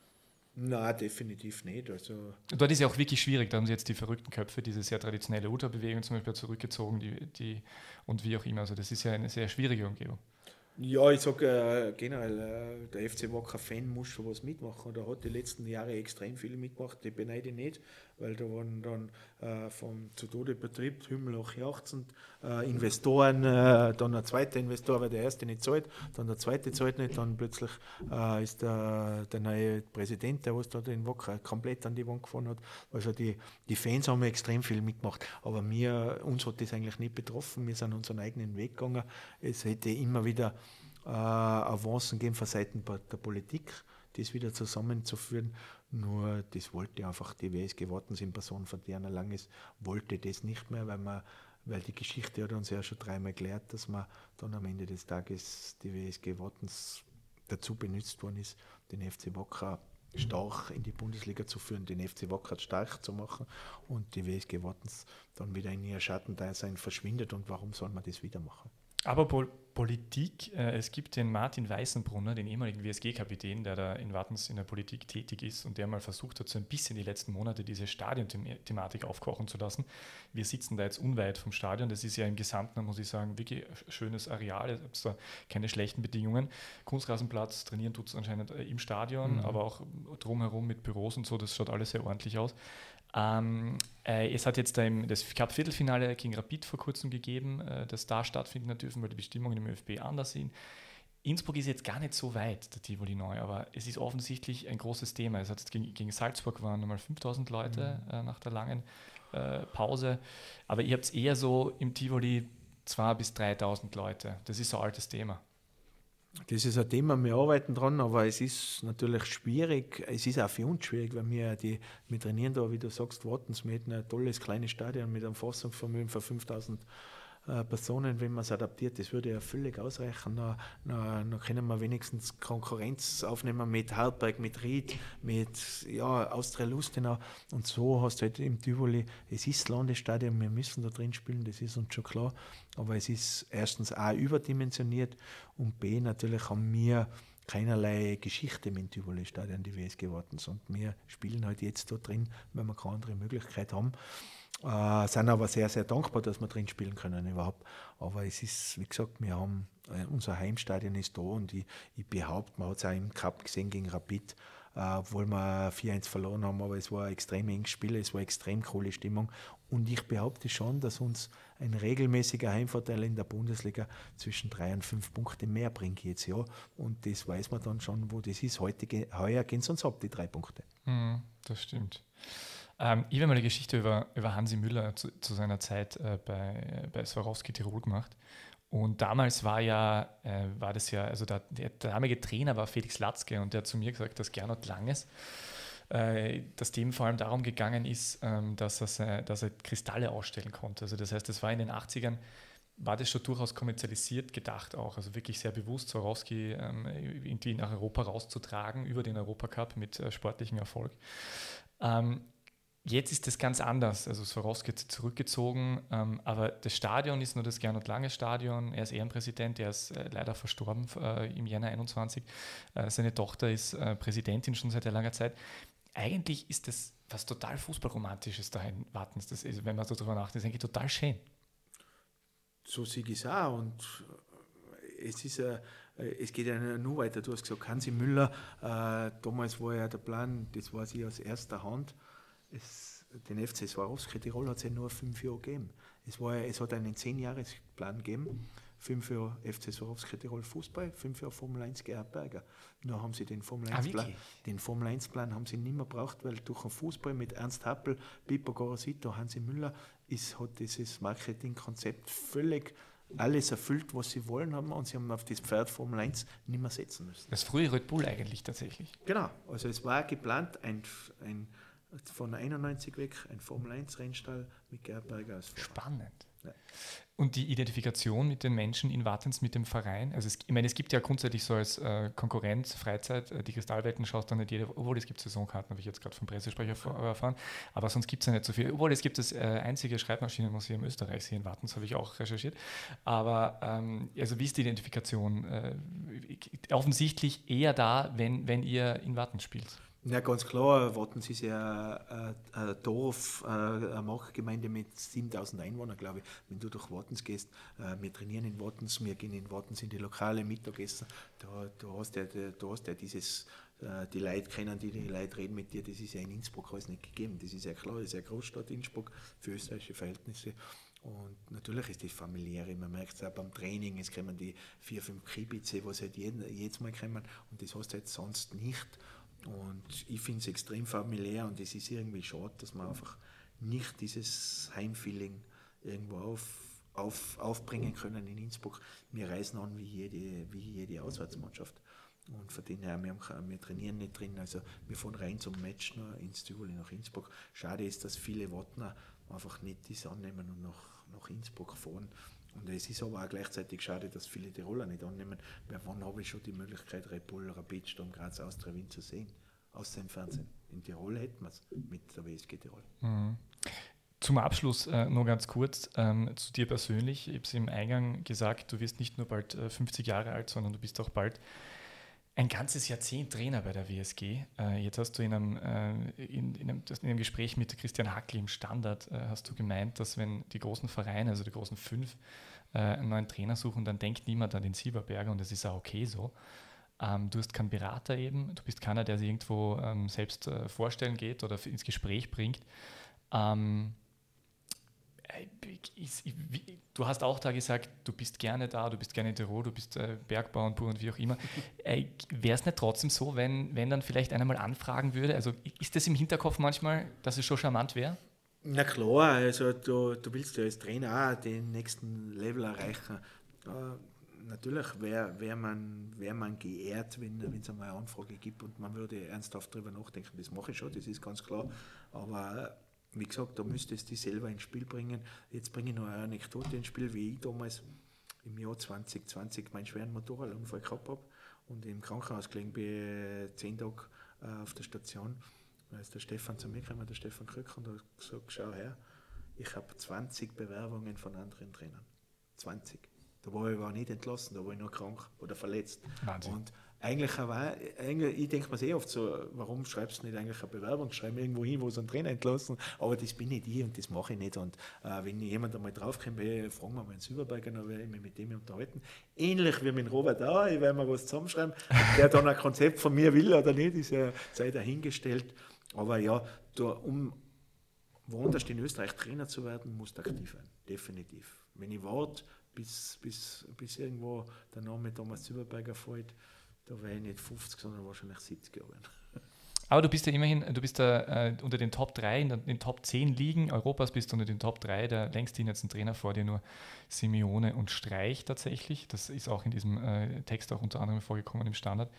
Nein, definitiv nicht. Also dort ist ja auch wirklich schwierig, da haben sie jetzt die verrückten Köpfe, diese sehr traditionelle Ultrabewegung zum Beispiel zurückgezogen die, die, und wie auch immer. Also das ist ja eine sehr schwierige Umgebung. Ja, ich sage äh, generell, äh, der F C Wacker-Fan muss schon was mitmachen. Da hat die letzten Jahre extrem viel mitgemacht. Ich beneide nicht, weil da waren dann äh, vom zu Tode betriebt, himmelhoch jauchzend, äh, Investoren, äh, dann ein zweiter Investor, weil der erste nicht zahlt, dann der zweite zahlt nicht, dann plötzlich äh, ist der, der neue Präsident, der was da den Wacker komplett an die Wand gefahren hat. Also die, die Fans haben extrem viel mitgemacht, aber wir, uns hat das eigentlich nicht betroffen. Wir sind unseren eigenen Weg gegangen. Es hätte immer wieder äh, Avancen geben von Seiten der Politik, das wieder zusammenzuführen. Nur das wollte einfach die W S G Wattens in Person von Diana Langes, wollte das nicht mehr, weil, man, weil die Geschichte hat uns ja schon dreimal gelehrt, dass man dann am Ende des Tages die W S G Wattens dazu benutzt worden ist, den F C Wacker stark in die Bundesliga zu führen, den F C Wacker stark zu machen und die W S G Wattens dann wieder in ihr Schattendasein verschwindet. Und warum soll man das wieder machen? Aber Pol- Politik, äh, es gibt den Martin Weißenbrunner, den ehemaligen W S G-Kapitän, der da in Wattens in der Politik tätig ist und der mal versucht hat, so ein bisschen die letzten Monate diese Stadionthematik aufkochen zu lassen. Wir sitzen da jetzt unweit vom Stadion, das ist ja im Gesamten, muss ich sagen, wirklich ein schönes Areal, es gibt da keine schlechten Bedingungen. Kunstrasenplatz, trainieren tut es anscheinend im Stadion, mhm. aber auch drumherum mit Büros und so, das schaut alles sehr ordentlich aus. Ähm, äh, es hat jetzt da im, das Cup-Viertelfinale gegen Rapid vor kurzem gegeben, äh, das da stattfinden hat dürfen, weil die Bestimmungen im ÖFB anders sind. Innsbruck ist jetzt gar nicht so weit, der Tivoli neu, aber es ist offensichtlich ein großes Thema. Es hat jetzt gegen, gegen Salzburg waren nochmal fünftausend Leute mhm. äh, nach der langen äh, Pause, aber ihr habt es eher so im Tivoli zweitausend bis dreitausend Leute. Das ist so ein altes Thema. Das ist ein Thema, wir arbeiten dran, aber es ist natürlich schwierig. Es ist auch für uns schwierig, weil wir, die, wir trainieren da, wie du sagst, Wattens, wir hätten ein tolles kleines Stadion mit einem Fassungsvermögen von fünftausend äh, Personen, wenn man es adaptiert. Das würde ja völlig ausreichen. Dann, dann, dann können wir wenigstens Konkurrenz aufnehmen mit Hartberg, mit Ried, mit ja, Austria Lustenau. Und so hast du halt im Tivoli, es ist das Landesstadion, wir müssen da drin spielen, das ist uns schon klar. Aber es ist erstens A überdimensioniert und B natürlich haben wir keinerlei Geschichte mit dem Tivoli-Stadion, die W S G Wattens. Und wir spielen halt jetzt da drin, weil wir keine andere Möglichkeit haben. Äh, sind aber sehr, sehr dankbar, dass wir drin spielen können überhaupt. Aber es ist, wie gesagt, wir haben, äh, unser Heimstadion ist da und ich, ich behaupte, man hat es auch im Cup gesehen gegen Rapid, äh, obwohl wir vier eins verloren haben, aber es war ein extrem enges Spiel, es war eine extrem coole Stimmung. Und ich behaupte schon, dass uns ein regelmäßiger Heimvorteil in der Bundesliga zwischen drei und fünf Punkte mehr bringt jetzt, ja. Und das weiß man dann schon, wo das ist. Heute, heuer gehen es uns ab, die drei Punkte. Mm, das stimmt. Ähm, ich habe mal eine Geschichte über, über Hansi Müller zu, zu seiner Zeit äh, bei, bei Swarovski Tirol gemacht. Und damals war ja, äh, war das ja, also der, der damalige Trainer war Felix Latzke und der hat zu mir gesagt, dass Gernot Langes, äh, dass dem vor allem darum gegangen ist, ähm, dass, er, dass er Kristalle ausstellen konnte. Also das heißt, das war in den achtzigern, war das schon durchaus kommerzialisiert gedacht auch, also wirklich sehr bewusst, Swarovski ähm, irgendwie nach Europa rauszutragen, über den Europacup mit äh, sportlichem Erfolg. Ähm, Jetzt ist das ganz anders. Also Swarovski hat zurückgezogen, ähm, aber das Stadion ist nur das Gernot Lange Stadion. Er ist Ehrenpräsident, er ist äh, leider verstorben äh, im Jänner einundzwanzig. Äh, seine Tochter ist äh, Präsidentin schon seit langer Zeit. Eigentlich ist das was total Fußballromantisches da in Wattens. Das ist, wenn man so drüber nachdenkt, ist eigentlich total schön. So sehe ich es auch. Und es ist ja, es geht ja nur weiter. Du hast gesagt, Hansi Müller, äh, damals war ja der Plan, das weiß ich aus erster Hand. Es, den F C Swarovski Tirol hat es ja nur fünf Jahre gegeben. Es, war, es hat einen zehn-Jahres-Plan gegeben. Fünf Jahre F C Swarovski Tirol Fußball, fünf Jahre Formel eins Gerhard Berger. Nur haben sie den Formel eins Plan, den Formel eins Plan haben sie nicht mehr gebraucht, weil durch den Fußball mit Ernst Happel, Pipo Gorosito, Hansi Müller ist, hat dieses Marketingkonzept völlig alles erfüllt, was sie wollen haben, und sie haben auf das Pferd Formel eins nicht mehr setzen müssen. Das frühe Red Bull eigentlich tatsächlich. Genau, also es war geplant, ein, ein von einundneunzig weg, ein Formel eins Rennstall mit Gerhard Berger als Fahrer. Spannend. Ja. Und die Identifikation mit den Menschen in Wattens, mit dem Verein, also es, ich meine, es gibt ja grundsätzlich so als äh, Konkurrenz, Freizeit, äh, die Kristallwelten schaust dann nicht jeder, obwohl es gibt Saisonkarten, habe ich jetzt gerade vom Pressesprecher ja. erfahren, aber sonst gibt es ja nicht so viel, obwohl es gibt das äh, einzige Schreibmaschinenmuseum Österreichs hier in Wattens, habe ich auch recherchiert, aber ähm, also wie ist die Identifikation? Äh, offensichtlich eher da, wenn, wenn ihr in Wattens spielt. Ja, ganz klar, Wattens ist ja ein, ein Dorf, eine Marktgemeinde mit siebentausend Einwohnern, glaube ich. Wenn du durch Wattens gehst, wir trainieren in Wattens, wir gehen in Wattens in die lokale Mittagessen, da, da hast du ja, da hast ja dieses, die Leute kennen, die, die Leute reden mit dir, das ist ja in Innsbruck alles nicht gegeben. Das ist ja klar, das ist ja Großstadt Innsbruck für österreichische Verhältnisse. Und natürlich ist das familiäre, man merkt es auch beim Training, es kommen die vier, fünf Kibitze, was halt jeden, jedes Mal kommen, und das hast du halt sonst nicht. Und ich finde es extrem familiär, und es ist irgendwie schade, dass man einfach nicht dieses Heimfeeling irgendwo auf, auf, aufbringen können in Innsbruck. Wir reisen an wie jede, wie jede Auswärtsmannschaft. Und von denen her, wir, haben, wir trainieren nicht drin, also wir fahren rein zum Match noch ins Tivoli nach Innsbruck. Schade ist, dass viele Wattner einfach nicht das annehmen und nach, nach Innsbruck fahren. Und es ist aber auch gleichzeitig schade, dass viele Tiroler nicht annehmen, weil wann habe ich schon die Möglichkeit, Red Bull, Rapid, Sturm Graz, Austria Wien zu sehen, aus dem Fernsehen. In Tirol hätten wir es mit der W S G Tirol. Mhm. Zum Abschluss äh, nur ganz kurz ähm, zu dir persönlich. Ich habe es im Eingang gesagt, du wirst nicht nur bald äh, fünfzig Jahre alt, sondern du bist auch bald ein ganzes Jahrzehnt Trainer bei der W S G. Äh, jetzt hast du in einem, äh, in, in, einem, in einem Gespräch mit Christian Hackl im Standard äh, hast du gemeint, dass wenn die großen Vereine, also die großen fünf, äh, einen neuen Trainer suchen, dann denkt niemand an den Sieberberger, und das ist auch okay so. Ähm, du hast keinen Berater eben, du bist keiner, der sich irgendwo ähm, selbst äh, vorstellen geht oder ins Gespräch bringt. Ähm, ist, wie, du hast auch da gesagt, du bist gerne da, du bist gerne in Tirol, du bist äh, Bergbauernbauer und wie auch immer. Äh, Wäre es nicht trotzdem so, wenn, wenn dann vielleicht einer mal anfragen würde? Also ist das im Hinterkopf manchmal, dass es schon charmant wäre? Na klar, also du, du willst ja als Trainer auch den nächsten Level erreichen. Äh, natürlich wäre wär man, wär man geehrt, wenn es einmal eine Anfrage gibt und man würde ernsthaft darüber nachdenken. Das mache ich schon, das ist ganz klar. Aber wie gesagt, da müsstest du dich selber ins Spiel bringen. Jetzt bringe ich noch eine Anekdote ins Spiel, wie ich damals im Jahr zwanzig zwanzig meinen schweren Motorradunfall gehabt habe und im Krankenhaus gelegen bin, zehn Tage äh, auf der Station. Da ist der Stefan zu mir gekommen, der Stefan Krück, und hat gesagt, schau her, ich habe zwanzig Bewerbungen von anderen Trainern. zwanzig. Da war ich aber nicht entlassen, da war ich nur krank oder verletzt. Wahnsinn. Und eigentlich, aber, eigentlich ich denke mir sehr oft so, warum schreibst du nicht eigentlich eine Bewerbung, schreib irgendwo hin, wo sie einen Trainer entlassen, aber das bin nicht ich und das mache ich nicht. Und äh, wenn jemand einmal draufkommt, hey, fragen wir mal einen Silberberger, dann werde ich mich mit dem unterhalten. Ähnlich wie mit Robert Auer, ich werde mir was zusammenschreiben, der dann ein Konzept von mir will oder nicht, ist ja sei dahingestellt. Aber ja, da, um woanders in Österreich Trainer zu werden, musst du aktiv sein, definitiv. Wenn ich warte, bis, bis, bis irgendwo der Name Thomas Silberberger fällt, da wäre ich nicht fünfzig, sondern wahrscheinlich siebzig Jahre. Aber du bist ja immerhin, du bist da äh, unter den Top drei, in den Top zehn Ligen Europas bist du unter den Top drei, der längst jetzt ein Trainer vor dir nur Simeone und Streich tatsächlich. Das ist auch in diesem äh, Text auch unter anderem vorgekommen im Standard.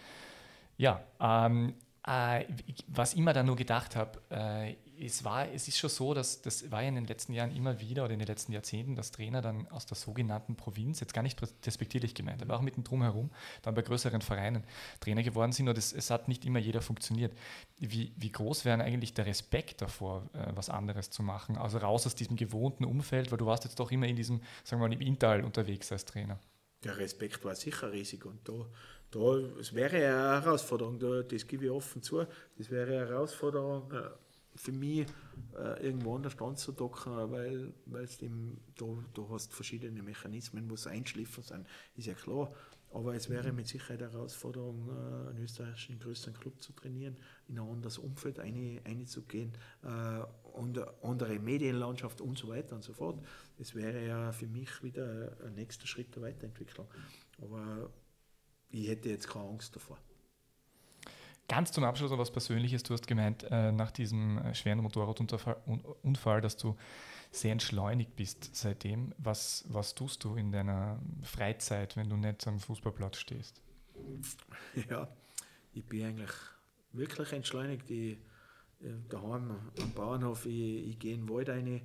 Ja, ähm, äh, was ich mir da nur gedacht habe, äh, es, war, es ist schon so, dass das war ja in den letzten Jahren immer wieder oder in den letzten Jahrzehnten, dass Trainer dann aus der sogenannten Provinz, jetzt gar nicht despektierlich gemeint, aber auch mit dem Drumherum, dann bei größeren Vereinen Trainer geworden sind und es, es hat nicht immer jeder funktioniert. Wie, wie groß wäre eigentlich der Respekt davor, äh, was anderes zu machen? Also raus aus diesem gewohnten Umfeld, weil du warst jetzt doch immer in diesem, sagen wir mal, im Inntal unterwegs als Trainer. Der Respekt war sicher riesig und da, da es wäre eine Herausforderung, da, das gebe ich offen zu, das wäre eine Herausforderung für mich, äh, irgendwo anders anzudocken, weil es eben, da, da hast verschiedene Mechanismen, die einschliffen sind, ist ja klar. Aber es wäre mit Sicherheit eine Herausforderung, äh, einen österreichischen größeren Club zu trainieren, in ein anderes Umfeld einzugehen, äh, und eine andere Medienlandschaft und so weiter und so fort. Das wäre ja für mich wieder ein nächster Schritt der Weiterentwicklung. Aber ich hätte jetzt keine Angst davor. Ganz zum Abschluss noch was Persönliches. Du hast gemeint, äh, nach diesem äh, schweren Motorradunfall, dass du sehr entschleunigt bist seitdem. Was, was tust du in deiner Freizeit, wenn du nicht am Fußballplatz stehst? Ja, ich bin eigentlich wirklich entschleunigt. Ich, daheim am Bauernhof, ich, ich gehe in den Wald rein. Äh,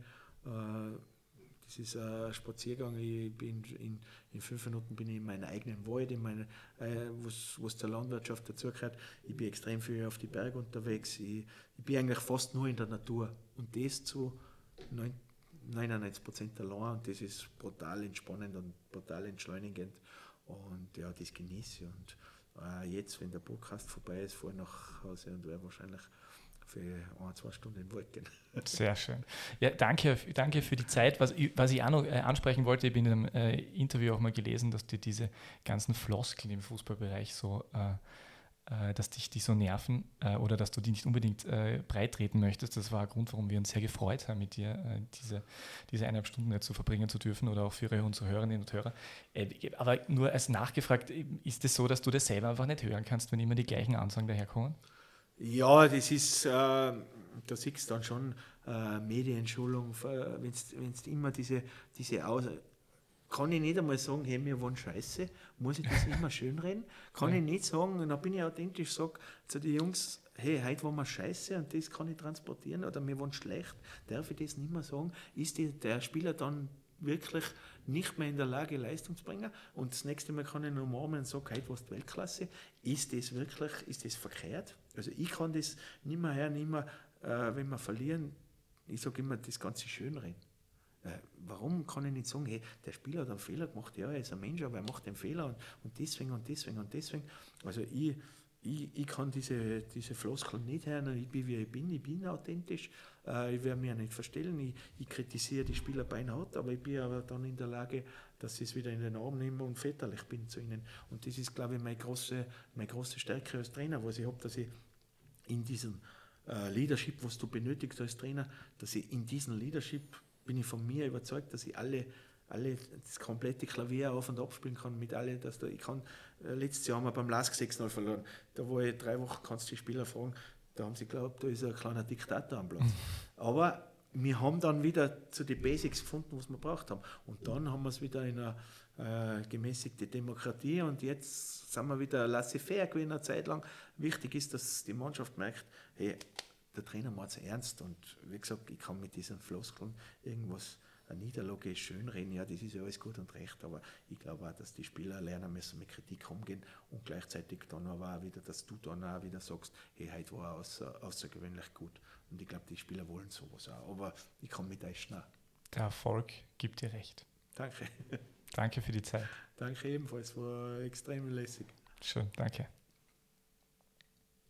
das ist ein Spaziergang. Ich bin in, in fünf Minuten bin ich in meinem eigenen Wald, in meine, äh, was, was zur Landwirtschaft dazugehört. Ich bin extrem viel auf die Berge unterwegs. Ich, ich bin eigentlich fast nur in der Natur. Und das zu neunundneunzig Prozent allein. Und das ist brutal entspannend und brutal entschleunigend. Und ja, das genieße ich. Und äh, jetzt, wenn der Podcast vorbei ist, fahre ich nach Hause und werde wahrscheinlich für ein, zwei Stunden im Wald gehen. Sehr schön. Ja, danke, danke für die Zeit. Was ich, was ich auch noch äh, ansprechen wollte, ich bin in einem äh, Interview auch mal gelesen, dass dir diese ganzen Floskeln im Fußballbereich so, äh, äh, dass dich die so nerven äh, oder dass du die nicht unbedingt äh, breit treten möchtest. Das war ein Grund, warum wir uns sehr gefreut haben, mit dir äh, diese, diese eineinhalb Stunden jetzt zu verbringen zu dürfen oder auch für unsere Hörerinnen und Hörer. Äh, aber nur als nachgefragt, ist es so, dass du das selber einfach nicht hören kannst, wenn immer die gleichen Ansagen daherkommen? Ja, das ist, äh, da siehst du dann schon äh, Medienschulung, wenn du immer diese, diese Aus... Kann ich nicht einmal sagen, hey, wir waren scheiße, muss ich das immer schön reden? Kann ja. ich nicht sagen, dann bin ich authentisch, sage zu den Jungs, hey, heute waren wir scheiße und das kann ich transportieren, oder wir waren schlecht, darf ich das nicht mehr sagen? Ist die, der Spieler dann wirklich nicht mehr in der Lage, Leistung zu bringen? Und das nächste Mal kann ich noch umarmen und sagen, heute warst du Weltklasse. Ist das wirklich, ist das verkehrt? Also ich kann das nicht mehr her, nicht mehr, äh, wenn wir verlieren, ich sage immer, das Ganze schön reden. Äh, warum kann ich nicht sagen, hey, der Spieler hat einen Fehler gemacht, ja, er ist ein Mensch, aber er macht einen Fehler und, und deswegen und deswegen und deswegen. Also ich, ich, ich kann diese, diese Floskeln nicht hören, ich bin wie ich bin, ich bin authentisch, äh, ich werde mich ja nicht verstellen, ich, ich kritisiere die Spieler beinhart, aber ich bin aber dann in der Lage, dass ich es wieder in den Arm nehme und väterlich bin zu ihnen. Und das ist, glaube ich, meine große, meine große Stärke als Trainer, was ich habe, dass ich in diesem äh, Leadership, was du benötigst als Trainer, dass ich in diesem Leadership, bin ich von mir überzeugt, dass ich alle, alle das komplette Klavier auf und ab spielen kann mit alle, dass da, ich kann, äh, letztes Jahr haben wir beim Lask sechs null verloren, da war ich drei Wochen, kannst du die Spieler fragen, da haben sie geglaubt, da ist ein kleiner Diktator am Platz. Aber wir haben dann wieder zu den Basics gefunden, was wir braucht haben. Und dann haben wir es wieder in einer äh, gemäßigte Demokratie und jetzt sind wir wieder laissez-faire gewesen eine Zeit lang. Wichtig ist, dass die Mannschaft merkt, hey, der Trainer macht es ernst und wie gesagt, ich kann mit diesen Floskeln irgendwas, eine Niederlage schönreden, ja, das ist ja alles gut und recht, aber ich glaube auch, dass die Spieler lernen müssen, mit Kritik umgehen und gleichzeitig dann aber auch wieder, dass du dann auch wieder sagst, hey, heute war er außer, außergewöhnlich gut und ich glaube, die Spieler wollen sowas auch, aber ich kann mit euch schnell. Der Erfolg gibt dir recht. Danke. Danke für die Zeit. Danke ebenfalls, war extrem lässig. Schön, danke.